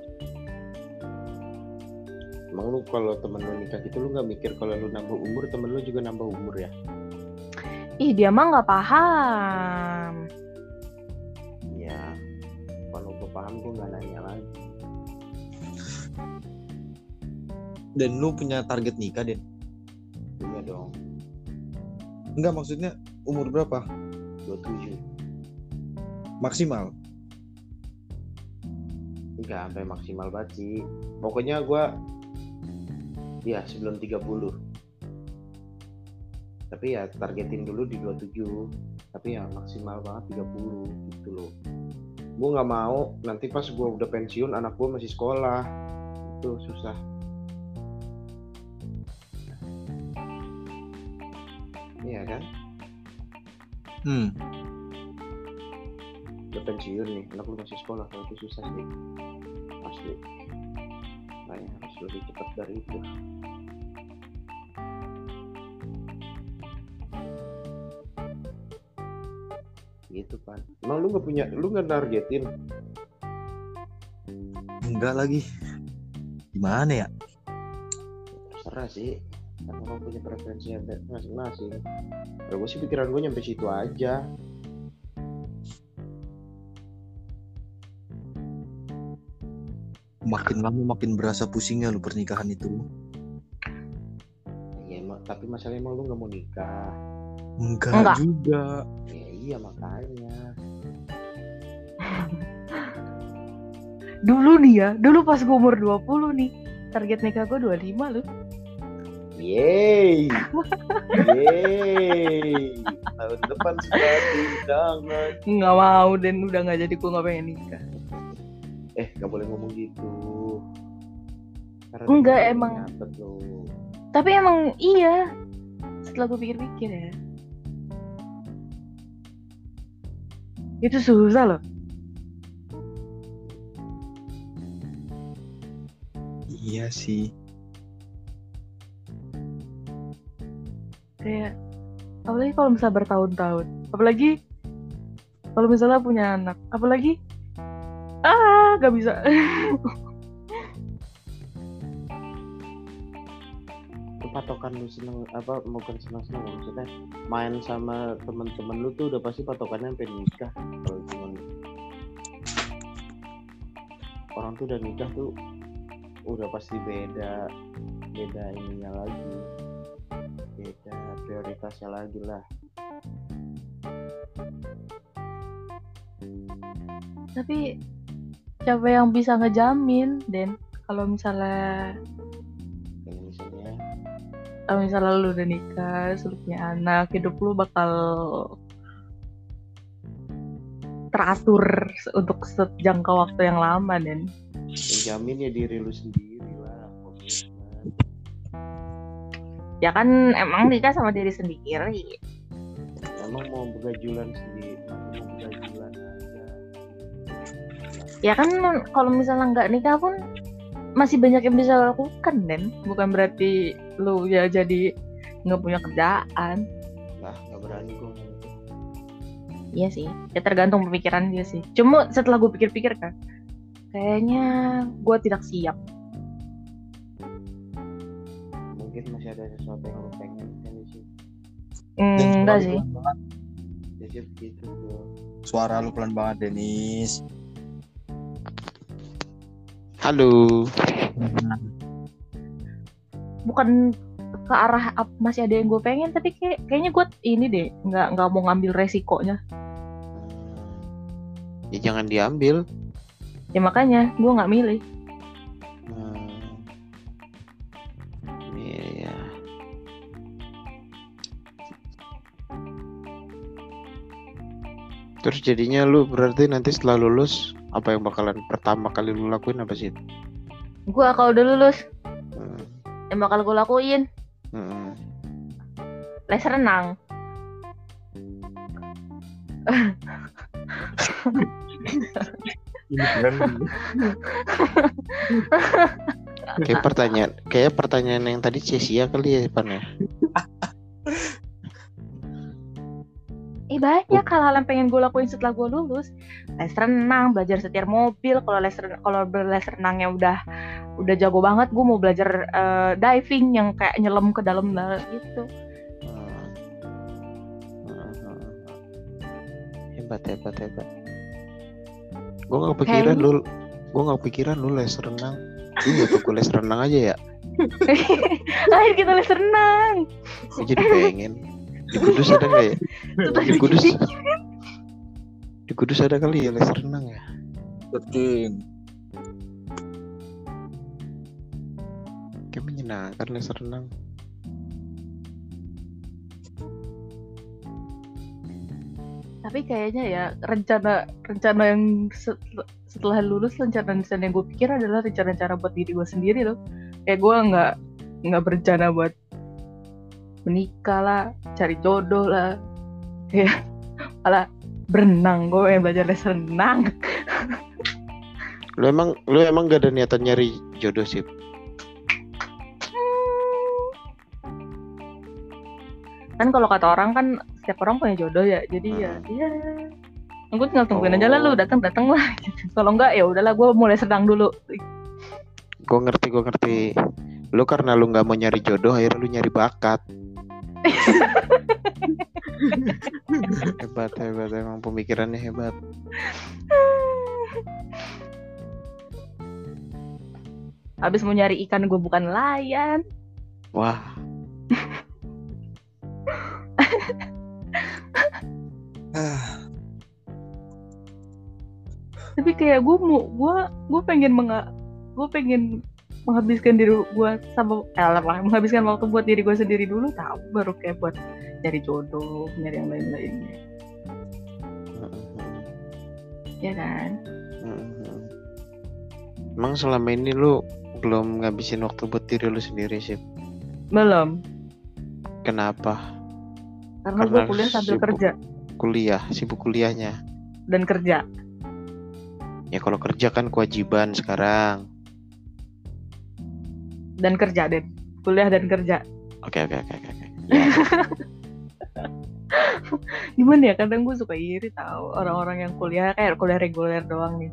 Emang lu kalau temen lu nikah gitu lu nggak mikir kalau lu nambah umur temen lu juga nambah umur ya? Ih, dia mah nggak paham. Iya. Kalau gue paham gue nggak nanya lagi. Dan lu punya target nikah, Den? Iya dong. Enggak, maksudnya umur berapa? 27. Maksimal. Enggak sampai maksimal banget sih. Pokoknya gue ya sebelum 30. Tapi ya targetin dulu di 27. Tapi ya maksimal banget 30 gitu loh. Gue nggak mau nanti pas gue udah pensiun anak gue masih sekolah. Itu susah. Iya kan? Udah pensiun nih, anak lu masih sekolah, kalau itu susah sih. Asli. Kayaknya harus lebih cepat dari itu. Gitu kan. Emang lu nggak nargetin? Enggak lagi. Gimana ya? Terserah sih, kan orang punya preferensi yang masing-masing. Kalau gue sih pikiran gue nyampe situ aja. Makin lama makin berasa pusingnya lu pernikahan itu. Ya, tapi masalahnya emang lu nggak mau nikah. Enggak juga. Ya iya makanya. Dulu pas gue umur 20 nih, target nikah gue 25 loh. Yeay. Tahun depan sudah undangan. Nggak mau dan udah nggak jadi, gue nggak pengen nikah. Nggak boleh ngomong gitu. Karena Enggak, emang. Nyabet loh. Tapi emang iya, setelah gue pikir-pikir ya, itu susah loh. Iya sih. Kayak apalagi kalau misalnya bertahun-tahun, apalagi kalau misalnya punya anak, apalagi gak bisa. Patokan lu seneng apa, bukan seneng maksudnya main sama temen-temen lu tuh udah pasti patokannya sampai nikah. Kalau cuman orang tuh udah nikah tuh udah pasti beda ininya lagi, beda prioritasnya lagi lah. Tapi siapa yang bisa ngejamin, Den, kalau misalnya lu udah nikah, lu punya anak, hidup lu bakal teratur untuk jangka waktu yang lama, Den. Jamin ya diri lu sendiri lah, komitmen. Ya kan emang nikah sama diri sendiri. Emang mau begajulan sendiri, mau begajulan aja. Ya kan kalau misalnya nggak nikah pun masih banyak yang bisa lakukan, Den. Bukan berarti lu ya jadi nggak punya kerjaan. Lah nggak berani gue gitu. Iya sih, ya tergantung pemikiran dia sih. Cuma setelah gue pikir-pikir kan, kayaknya gue tidak siap. Mungkin masih ada sesuatu yang lo pengen kan sih. Enggak sih. Jadi gitu bro. Suara lu pelan banget, Denis. Halo. Bukan ke arah masih ada yang gue pengen, tapi kayaknya gue ini deh nggak mau ngambil resikonya. Ya jangan diambil. Ya makanya gue nggak milih. Iya. Terus jadinya lu berarti nanti setelah lulus apa yang bakalan pertama kali lu lakuin apa sih? Gue kalau udah lulus, yang bakal gue lakuin les renang. Kayak pertanyaan yang tadi sia-sia kali ya, Pan ya. Banyak hal-hal yang pengen gue lakuin setelah gue lulus. Les renang, belajar setir mobil. Kalau les renangnya udah jago banget, gue mau belajar diving yang kayak nyelam ke dalam laut gitu. Hebat. Gue nggak kepikiran lu les renang. Iya tuh gue les renang aja ya. Akhir kita les renang. Gue jadi pengen. Di Kudus ada nggak ya? Di Kudus ada kali ya les renang ya? Betul. Kayak menyenangkan les renang. Tapi kayaknya ya rencana yang setelah lulus, rencana yang gue pikir adalah rencana buat diri gue sendiri loh. Kayak gue nggak berencana buat menikah lah, cari jodoh lah, ya malah berenang. Gue pengen belajar les renang. Lu emang gak ada niatan nyari jodoh sih? Kan kalau kata orang kan setiap orang punya jodoh ya, jadi ya gue tinggal tungguin aja lah, lu datang lah. Kalau enggak ya udahlah, gue mulai sedang dulu. Gue ngerti. Lu karena lu nggak mau nyari jodoh, akhirnya lu nyari bakat. Hebat emang pemikirannya hebat. Habis mau nyari ikan gue bukan nelayan. Wah. Tapi kayak gue pengen menghabiskan diri gue menghabiskan waktu buat diri gue sendiri dulu, tahu, baru kayak buat nyari jodoh, nyari yang lain-lainnya. Ya kan? Emang selama ini lu belum ngabisin waktu buat diri lu sendiri sih? Belum. Kenapa? Karena gue kuliah sambil kerja. Sibuk kuliahnya. Dan kerja. Ya kalau kerja kan kewajiban sekarang. Dan kerja, Den. Kuliah dan kerja. Oke. Ya. Gimana ya, kadang gue suka iri tahu orang-orang yang kuliah kayak kuliah reguler doang nih.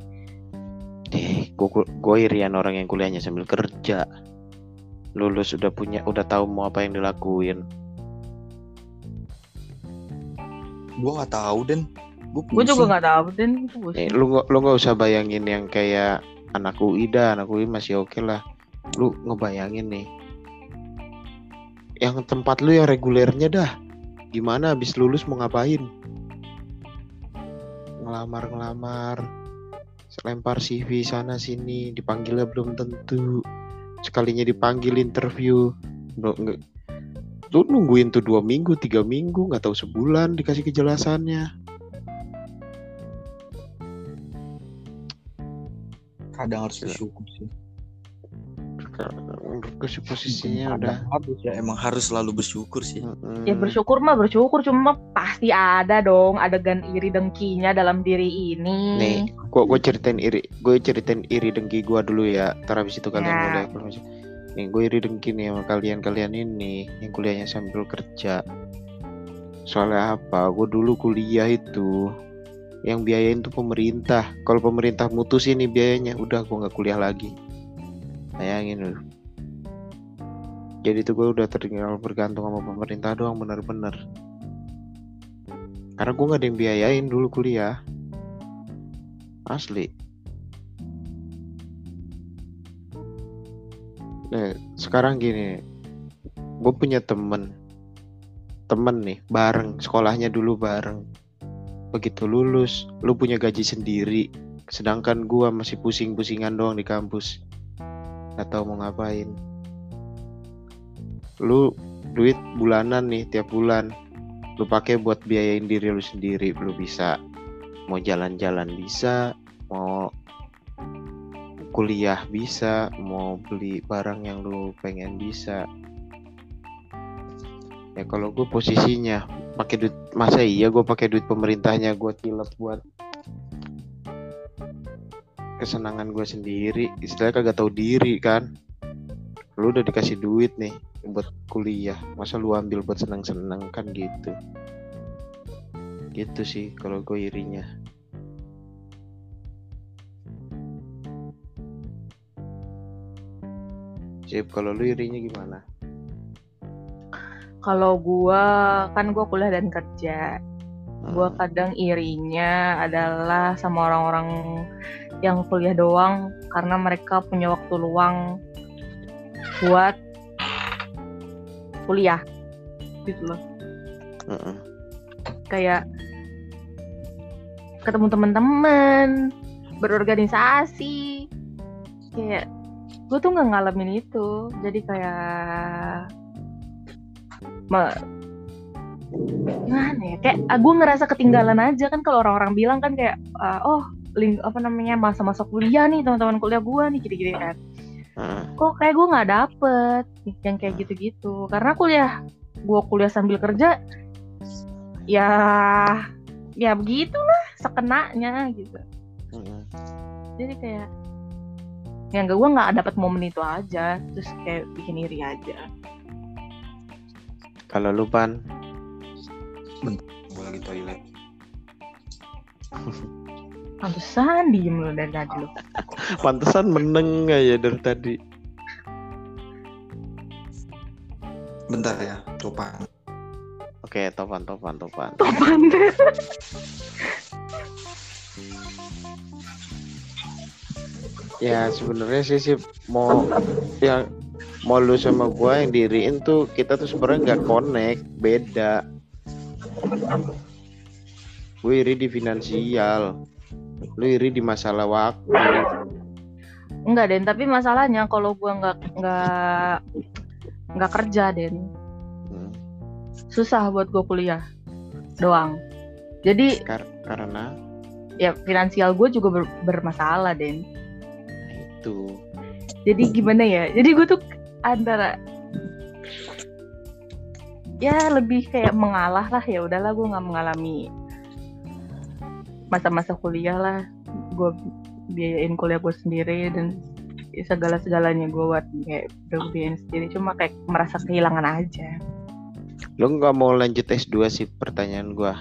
Gue irian orang yang kuliahnya sambil kerja. Lulus udah tahu mau apa yang dilakuin. Gue nggak tahu, Den. Gue juga nggak tahu, Den. Lu nggak usah bayangin yang kayak anak UI masih oke lah. Lu ngebayangin nih, yang tempat lu yang regulernya dah, gimana abis lulus mau ngapain? Ngelamar, lempar CV sana sini, dipanggilnya belum tentu, sekalinya dipanggil interview, lu nungguin tuh 2 minggu, 3 minggu, nggak tahu sebulan dikasih kejelasannya. Kadang harus bersyukur sih. Posisinya udah harus ya, emang harus selalu bersyukur sih. Ya bersyukur cuma pasti ada dong adegan iri dengkinya dalam diri ini. Nih, gue ceritain iri dengki gue dulu ya. Ntar habis itu kalian mulai. Nih, gue iri dengki nih sama kalian ini yang kuliahnya sambil kerja. Soalnya apa? Gue dulu kuliah itu yang biayain tuh pemerintah. Kalau pemerintah mutusin nih biayanya, udah gue nggak kuliah lagi. Bayangin lu. Jadi tuh gue udah tinggal bergantung sama pemerintah doang, bener-bener. Karena gue gak ada yang biayain dulu kuliah. Asli. Nah, sekarang gini, gue punya temen nih, bareng, sekolahnya dulu bareng. Begitu lulus, lu punya gaji sendiri, sedangkan gue masih pusing-pusingan doang di kampus. Gak tahu mau ngapain. Lu duit bulanan nih, tiap bulan lu pakai buat biayain diri lu sendiri. Lu bisa mau jalan-jalan bisa, mau kuliah bisa, mau beli barang yang lu pengen bisa. Ya kalau gue posisinya pakai duit, masa iya gue pakai duit pemerintahnya gue tilep buat kesenangan gue sendiri? Istilahnya kagak tahu diri kan. Lu udah dikasih duit nih buat kuliah, masa lu ambil buat senang-senang kan gitu. Gitu sih kalau gue irinya. Sip, kalau lu irinya gimana? Kalau gue kuliah dan kerja. Gue kadang irinya adalah sama orang-orang yang kuliah doang karena mereka punya waktu luang buat kuliah gitu loh. Kayak ketemu teman-teman, berorganisasi. Kayak gue tuh nggak ngalamin itu, jadi kayak gimana ya, kayak gue ngerasa ketinggalan aja kan. Kalau orang-orang bilang kan kayak masa-masa kuliah nih, teman-teman kuliah gue nih gini-gini kan. Kok kayak gue nggak dapet yang kayak gitu-gitu, karena gue kuliah sambil kerja, ya begitulah sekenanya gitu. Jadi kayak gue nggak dapet momen itu aja, terus kayak bikin iri aja. Kalau lu Pan? Gue lagi toilet. Pantesan diem lu dari tadi lu. Pantesan meneng aja dari tadi. Bentar ya, coba. Oke, topan. Topan. Ya sebenarnya sih mau yang mau lu sama gua yang diriin tuh kita tuh sebenarnya nggak connect, beda. Gue iri di finansial, lu iri di masalah waktu. Enggak, Den, tapi masalahnya kalau gua nggak kerja, Den. Susah buat gua kuliah doang. Jadi Karena ya finansial gue juga bermasalah, Den. itu. Jadi gimana ya? Jadi gue tuh antara ya lebih kayak mengalah lah, ya udahlah gue nggak mengalami masa-masa kuliah lah, gue biayain kuliah gue sendiri dan segala-segalanya gue buat kayak udah biayain sendiri, cuma kayak merasa kehilangan aja. Lu nggak mau lanjut S2 sih pertanyaan gua.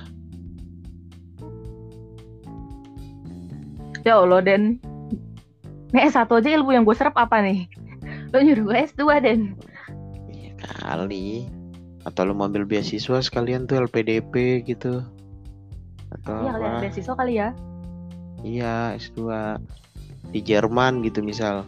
Ya Allah, Den. Nih S1 aja ilmu yang gue serap apa nih? Lo nyuruh gue S2, Den. Iya kali. Atau lu mau ambil beasiswa sekalian tuh LPDP gitu. Atau Iya, kalian apa? beasiswa kali ya. Iya, S2 di Jerman gitu misal.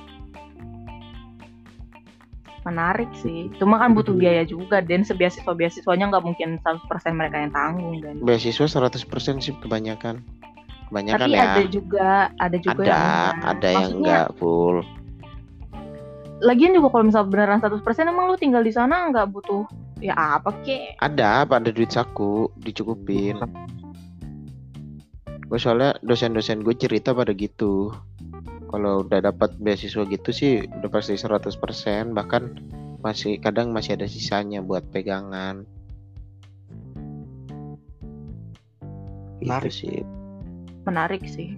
Menarik sih. Cuma kan butuh biaya juga, Den. Beasiswanya nggak mungkin 100% mereka yang tanggung, Den. Beasiswa 100% sih kebanyakan. Kebanyakan Tapi ya. ada juga yang enggak. Ada yang Maksudnya, enggak full. Lagian juga kalau misalnya beneran 100% emang lu tinggal di sana nggak butuh ya apa kek? Ada duit saku dicukupin. Gue soalnya dosen-dosen gue cerita pada gitu. Kalau udah dapat beasiswa gitu sih udah pasti 100%, bahkan kadang masih ada sisanya buat pegangan. Gitu sih. Menarik sih.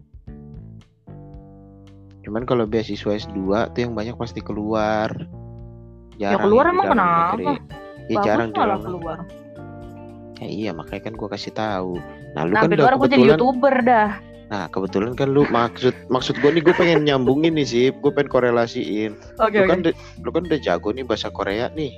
Cuman kalau beasiswa S2 tuh yang banyak pasti keluar. Ya keluar emang kenapa? Ya jarang di malah dalam keluar. Ya iya, makanya kan gue kasih tahu. Nah lu Nah, kan keluar aku jadi YouTuber dah. Nah kebetulan kan lu maksud gue nih, gue pengen nyambungin nih sih, gue pengen korelasiin. Oke. Lu kan udah jago nih bahasa Korea nih.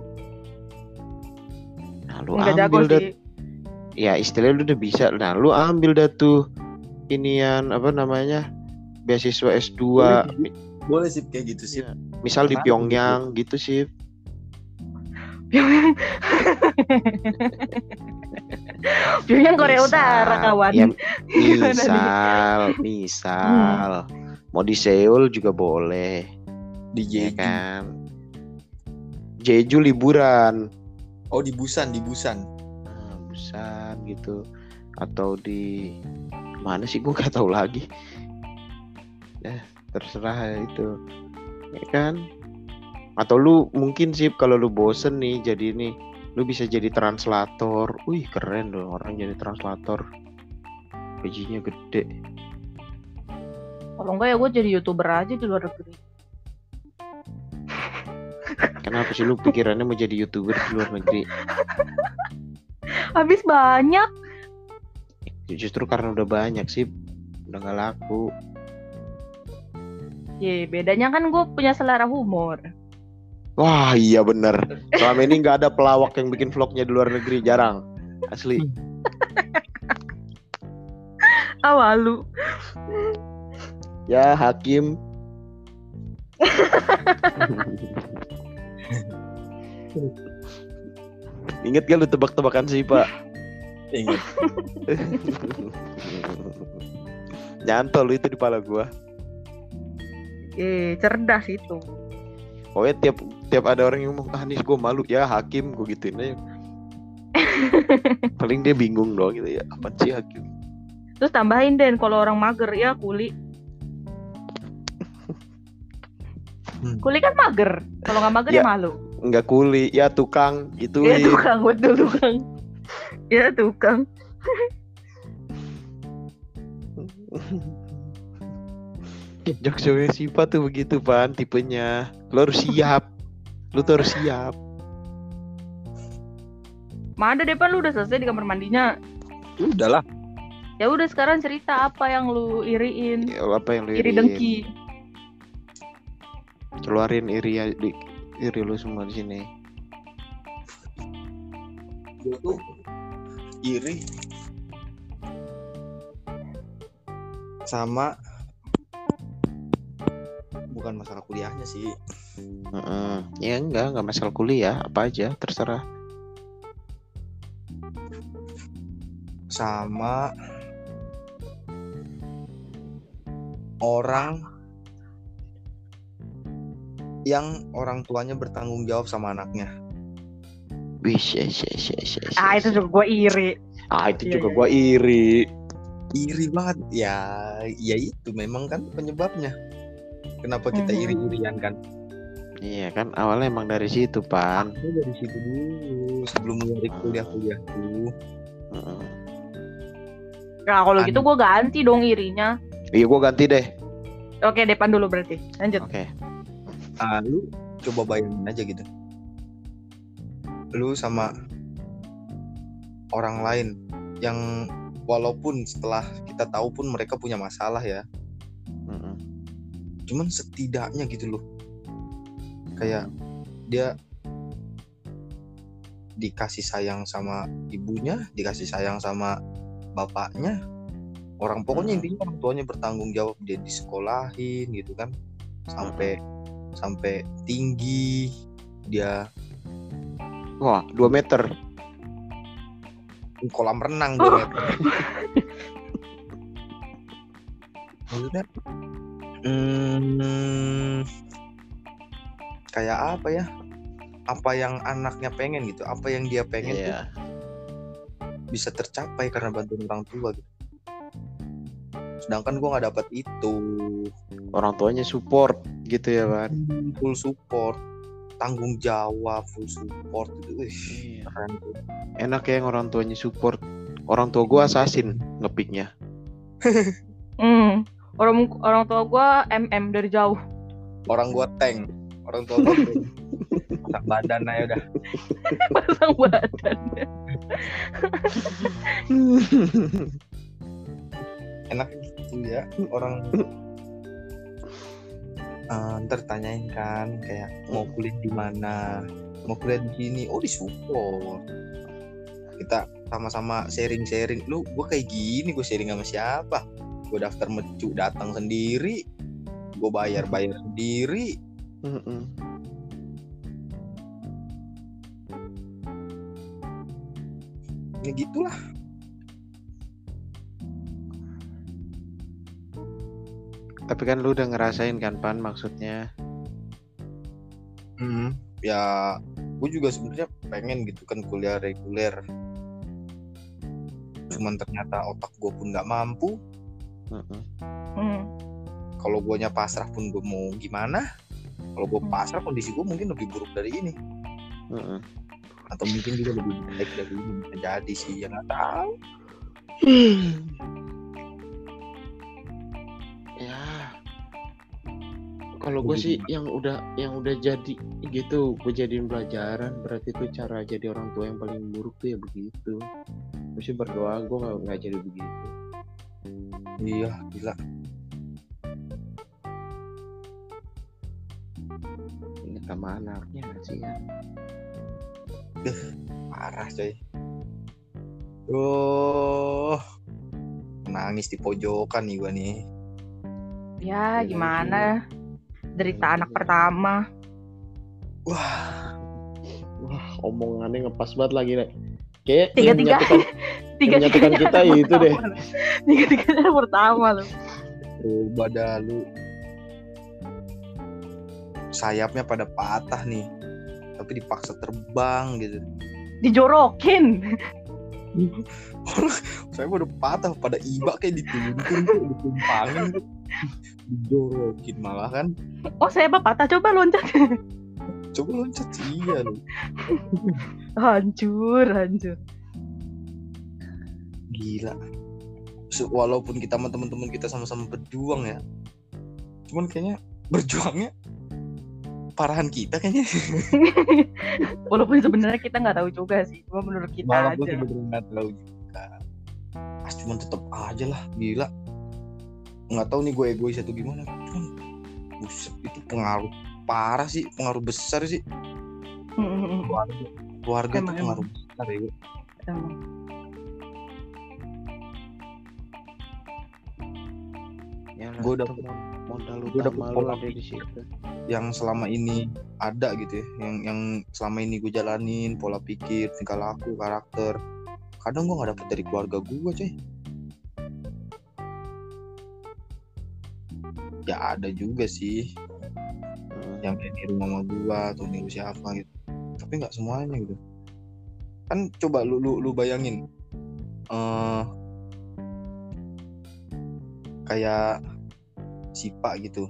Nah lu Nggak jago ambil dah, sih. ya istilahnya lu udah bisa. Nah lu ambil dah tuh inian apa namanya beasiswa S2. Boleh sih kayak gitu sih. Misal di Pyongyang gitu sih. Pyongyang Korea Utara, kawan. Ya, misal mau di Seoul juga boleh. Di Ya Jeju. kan. Jeju liburan. Oh di Busan. Nah, Busan gitu. Atau di mana sih gue gak tahu lagi. Ya terserah itu. Ya kan. Atau lu mungkin sih kalau lu bosen nih jadi nih, lu bisa jadi translator. Wih keren dong orang jadi translator. Gajinya gede. Kalau enggak ya gue jadi YouTuber aja di luar negeri. Kenapa sih lu pikirannya mau jadi YouTuber di luar negeri? Habis banyak. Justru karena udah banyak sih, udah gak laku. Ye, bedanya kan gue punya selera humor. Wah iya bener. Selama ini gak ada pelawak yang bikin vlognya di luar negeri, jarang. Asli. Malu. Ya Hakim. Ingat gak lu tebak-tebakan sih Pak? Ingat. Nyantol itu di pala gua. Cerdas itu. Pokoknya tiap ada orang yang ngomong nis gue malu ya Hakim, gue gituin aja. Paling dia bingung doang gitu ya, apa sih Hakim. Terus tambahin Den, kalau orang mager ya Kuli. Kuli kan mager. Kalau nggak mager ya malu. Enggak kuli, ya tukang gitu. Ya tukang, betul tukang. Ya tukang. Jokesnya sifat tuh begitu Pan, tipenya. Lo harus siap. Lo tuh harus siap. Mana Depan lu udah selesai di kamar mandinya? Udah lah. Ya udah sekarang cerita apa yang lu iriin. Ya, apa yang lu Iri iriin? dengki. Keluarin iri lu semua di sini. Gue tuh iri sama, bukan masalah kuliahnya sih, Ya enggak masalah kuliah, apa aja terserah. sama orang yang orang tuanya bertanggung jawab sama anaknya. Wish, Itu juga gue iri. itu Iya, juga iya. gua iri. Iri banget ya, ya itu memang kan penyebabnya kenapa kita iri-irian kan. Iya kan awalnya emang dari situ, Pan. Aku dari situ dulu sebelum mulai kuliah tuh. Nah kalau gitu gue ganti dong irinya. Iya gua ganti deh. Oke, Depan dulu berarti. Lanjut. Oke. Lu coba bayangin aja gitu, lu sama orang lain yang walaupun setelah kita tahu pun mereka punya masalah ya, cuman setidaknya gitu loh, kayak dia dikasih sayang sama ibunya, dikasih sayang sama bapaknya, pokoknya intinya orang tuanya bertanggung jawab, dia disekolahin gitu kan, sampai tinggi, dia Wah 2 meter. kolam renang 2 meter. Maksudnya kayak apa ya, apa yang anaknya pengen gitu, apa yang dia pengen tuh bisa tercapai karena bantuan orang tua gitu. Sedangkan gue nggak dapat itu. Orang tuanya support gitu ya, Pan. Full support, tanggung jawab, full support gitu. Keren tuh. Enak ya yang orang tuanya support. Orang tua gua assassin ngepiknya. Orang tua gue dari jauh. Orang gua tank, orang tua gua tank. Pasang badan aja udah. Pasang badan. Enak gitu ya orang. Ntar tanyain kan kayak mau kuliah di mana, mau kuliah di sini, disupport. Kita sama-sama sharing, lu gue kayak gini, gue sharing sama siapa, gue daftar mecu datang sendiri, gue bayar sendiri. Ya gitulah. Tapi kan lu udah ngerasain kan, Pan, maksudnya. Ya gue juga sebenarnya pengen gitu kan kuliah reguler, cuman ternyata otak gue pun nggak mampu. Kalau guanya pasrah pun gue mau gimana? Kalau gue pasrah kondisi gue mungkin lebih buruk dari ini, atau mungkin juga lebih baik dari ini, bisa jadi sih, ya nggak tahu. Ya kalau gue sih yang udah jadi gitu, gue jadiin pelajaran. Berarti itu cara jadi orang tua yang paling buruk tuh ya begitu. Gue sih berdoa gue nggak jadi begitu. Iya gila. Ingat sama anaknya nggak sih ya? Parah coy. Nangis di pojokan nih gue nih. Ya gimana? Derita anak pertama. Wah, omongannya ngepas banget lagi nih. Kayak Tiga-tiganya kita itu deh. Tiga-tiganya pertama loh. Coba lu sayapnya pada patah nih, tapi dipaksa terbang gitu. Dijorokin. Saya udah patah pada iba kayak ditumpangin, dijorokin malah kan. Saya patah, coba loncat. Coba loncat iya lu. Hancur. Gila. Walaupun kita sama teman-teman kita sama-sama berjuang ya, cuman kayaknya berjuangnya parahan kita kayaknya. Walaupun sebenarnya kita nggak tahu juga sih, cuma menurut kita Walaupun aja. sebenarnya nggak tahu juga. Pas cuman tetap aja lah, gila. Nggak tahu nih gue egois atau gimana, cuman buset, itu pengaruh parah sih, pengaruh besar sih. Keluarga itu pengaruh besar ya. Gue udah modal gue dapet utama lu pola ada di situ. yang selama ini ada gitu ya, yang selama ini gue jalanin, pola pikir, tingkah laku, karakter, kadang gue nggak dapet dari keluarga gue, coy. Ya ada juga sih yang kayak niru mama gue atau niru siapa gitu, tapi nggak semuanya gitu kan. Coba lu bayangin kayak si Pak gitu,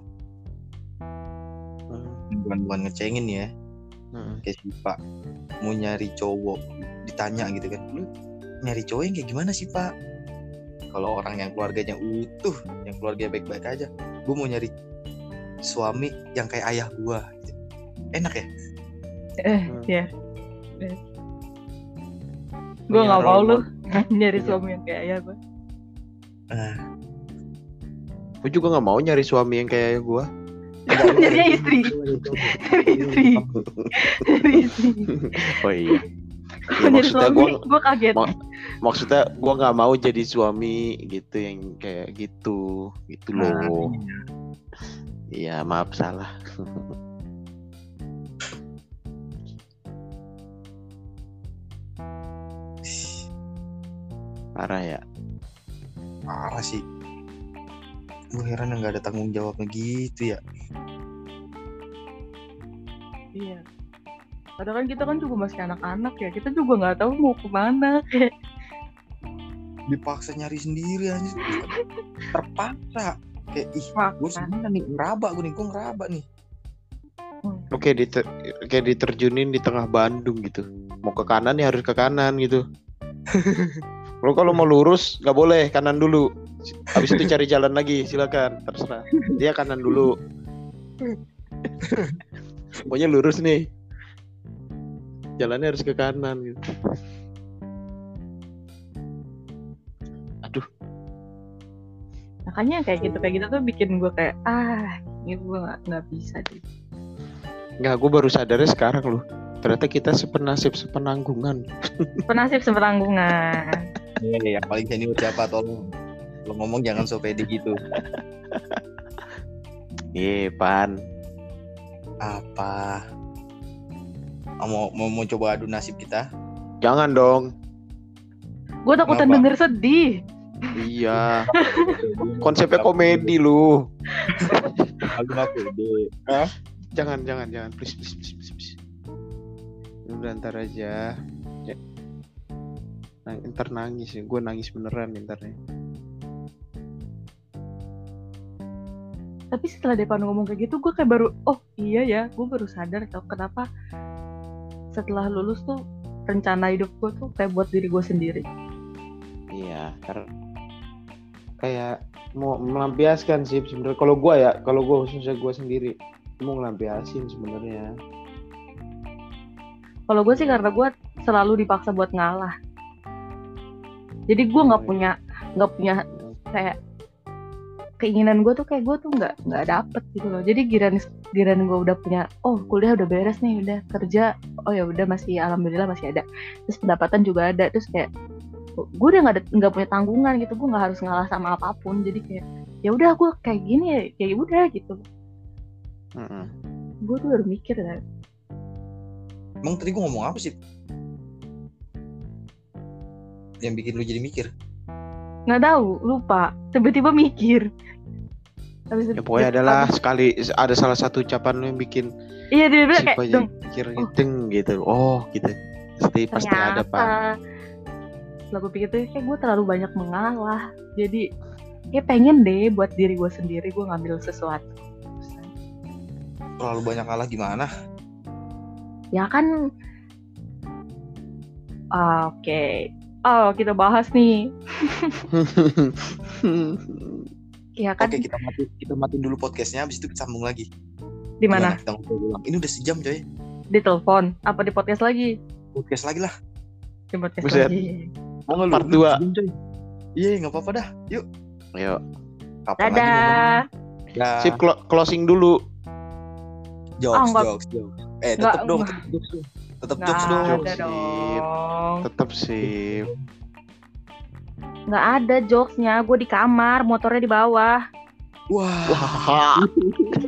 bukan ngecengin ya, kayak si Pak mau nyari cowok, ditanya gitu kan, lu nyari cowok yang kayak gimana sih Pak? Kalau orang yang keluarganya utuh, yang keluarganya baik-baik aja, gue mau nyari suami yang kayak ayah gue, enak ya? Ya. Gue nggak mau lu nyari suami yang kayak ayah gue. Gue juga nggak mau nyari suami yang kayak gue. Nyari istri. Oh iya. Ya, Nyari suami, gue kaget. Maksudnya gue nggak mau jadi suami gitu yang kayak gitu loh. Iya, maaf salah. Parah ya. Parah sih. Gue heran yang gak ada tanggung jawabnya gitu ya. Iya. Padahal kan kita kan juga masih anak-anak ya. Kita juga nggak tahu mau kemana. Dipaksa nyari sendiri aja. Terpaksa. Kayak gue sebenarnya nih ngeraba nih. Oke, kayak diterjunin di tengah Bandung gitu. Mau ke kanan ya harus ke kanan gitu. Lo kalau mau lurus nggak boleh, kanan dulu. Habis itu cari jalan lagi, silakan, terserah. Dia kanan dulu. Pokoknya lurus nih. Jalannya harus ke kanan gitu. Aduh. Makanya kayak gitu tuh bikin gue kayak ini gue nggak bisa deh. Nggak, gue baru sadarnya sekarang loh. Ternyata kita sepenasib sepenanggungan. Sepenanggungan. Yang paling senior siapa, tolong. Lo ngomong jangan so pede gitu. Pan. Apa? Mau coba adu nasib kita? Jangan dong. Gue takutan denger sedih. Iya. Konsepnya komedi lu. Aku nggak pede. Jangan. Please. Udah ntar aja. Ya. Ntar nangis ya. Gue nangis beneran ntarnya. Tapi setelah Depan ngomong kayak gitu, gue kayak baru, oh iya ya, gue baru sadar tau kenapa setelah lulus tuh rencana hidup gue tuh kayak buat diri gue sendiri. Iya, karena kayak mau melampiaskan sih sebenarnya. Kalau gue khususnya gue sendiri mau ngelampiasin sebenarnya. Kalau gue sih karena gue selalu dipaksa buat ngalah. Jadi gue nggak punya kayak keinginan gue tuh kayak gue tuh nggak dapet gitu loh. Jadi giran gue udah punya, oh kuliah udah beres nih, udah kerja, oh ya udah masih alhamdulillah masih ada, terus pendapatan juga ada, terus kayak gue udah nggak punya tanggungan gitu, gue nggak harus ngalah sama apapun. Jadi kayak ya udah gue kayak gini ya udah gitu. Gue tuh baru mikir kan. Emang tadi gue ngomong apa sih? Yang bikin lu jadi mikir? Nggak tahu, lupa. Tiba-tiba mikir. Ya pokoknya adalah sekali ada salah satu ucapan lu yang bikin. Iya dia bilang kayak dong. Mikir gitu. Oh gitu. Pasti ada Pak. Setelah gue pikir tuh kayak gue terlalu banyak mengalah. Jadi kayak pengen deh buat diri gue sendiri gue ngambil sesuatu. Terlalu banyak ngalah gimana? Ya kan. Oke. Oh, kita bahas nih. Ya kan. Oke, kita mati dulu podcastnya, habis itu kita sambung lagi. Di mana? Ini udah sejam, coy. Di telepon? Apa di podcast lagi? Podcast lagi lah. Di podcast Buset. lagi. Mau Part 2. Iya, nggak apa-apa dah. Yuk. Ayo. Kapan lagi Dadah. Dah. Sip, closing dulu. Jokes. Enggak. Tetap dong. enggak. Tetap Nggak jokes dong. ada Jokes, dong. Tetap sip. Nggak ada jokesnya. Gue di kamar, motornya di bawah. Wah. Wah.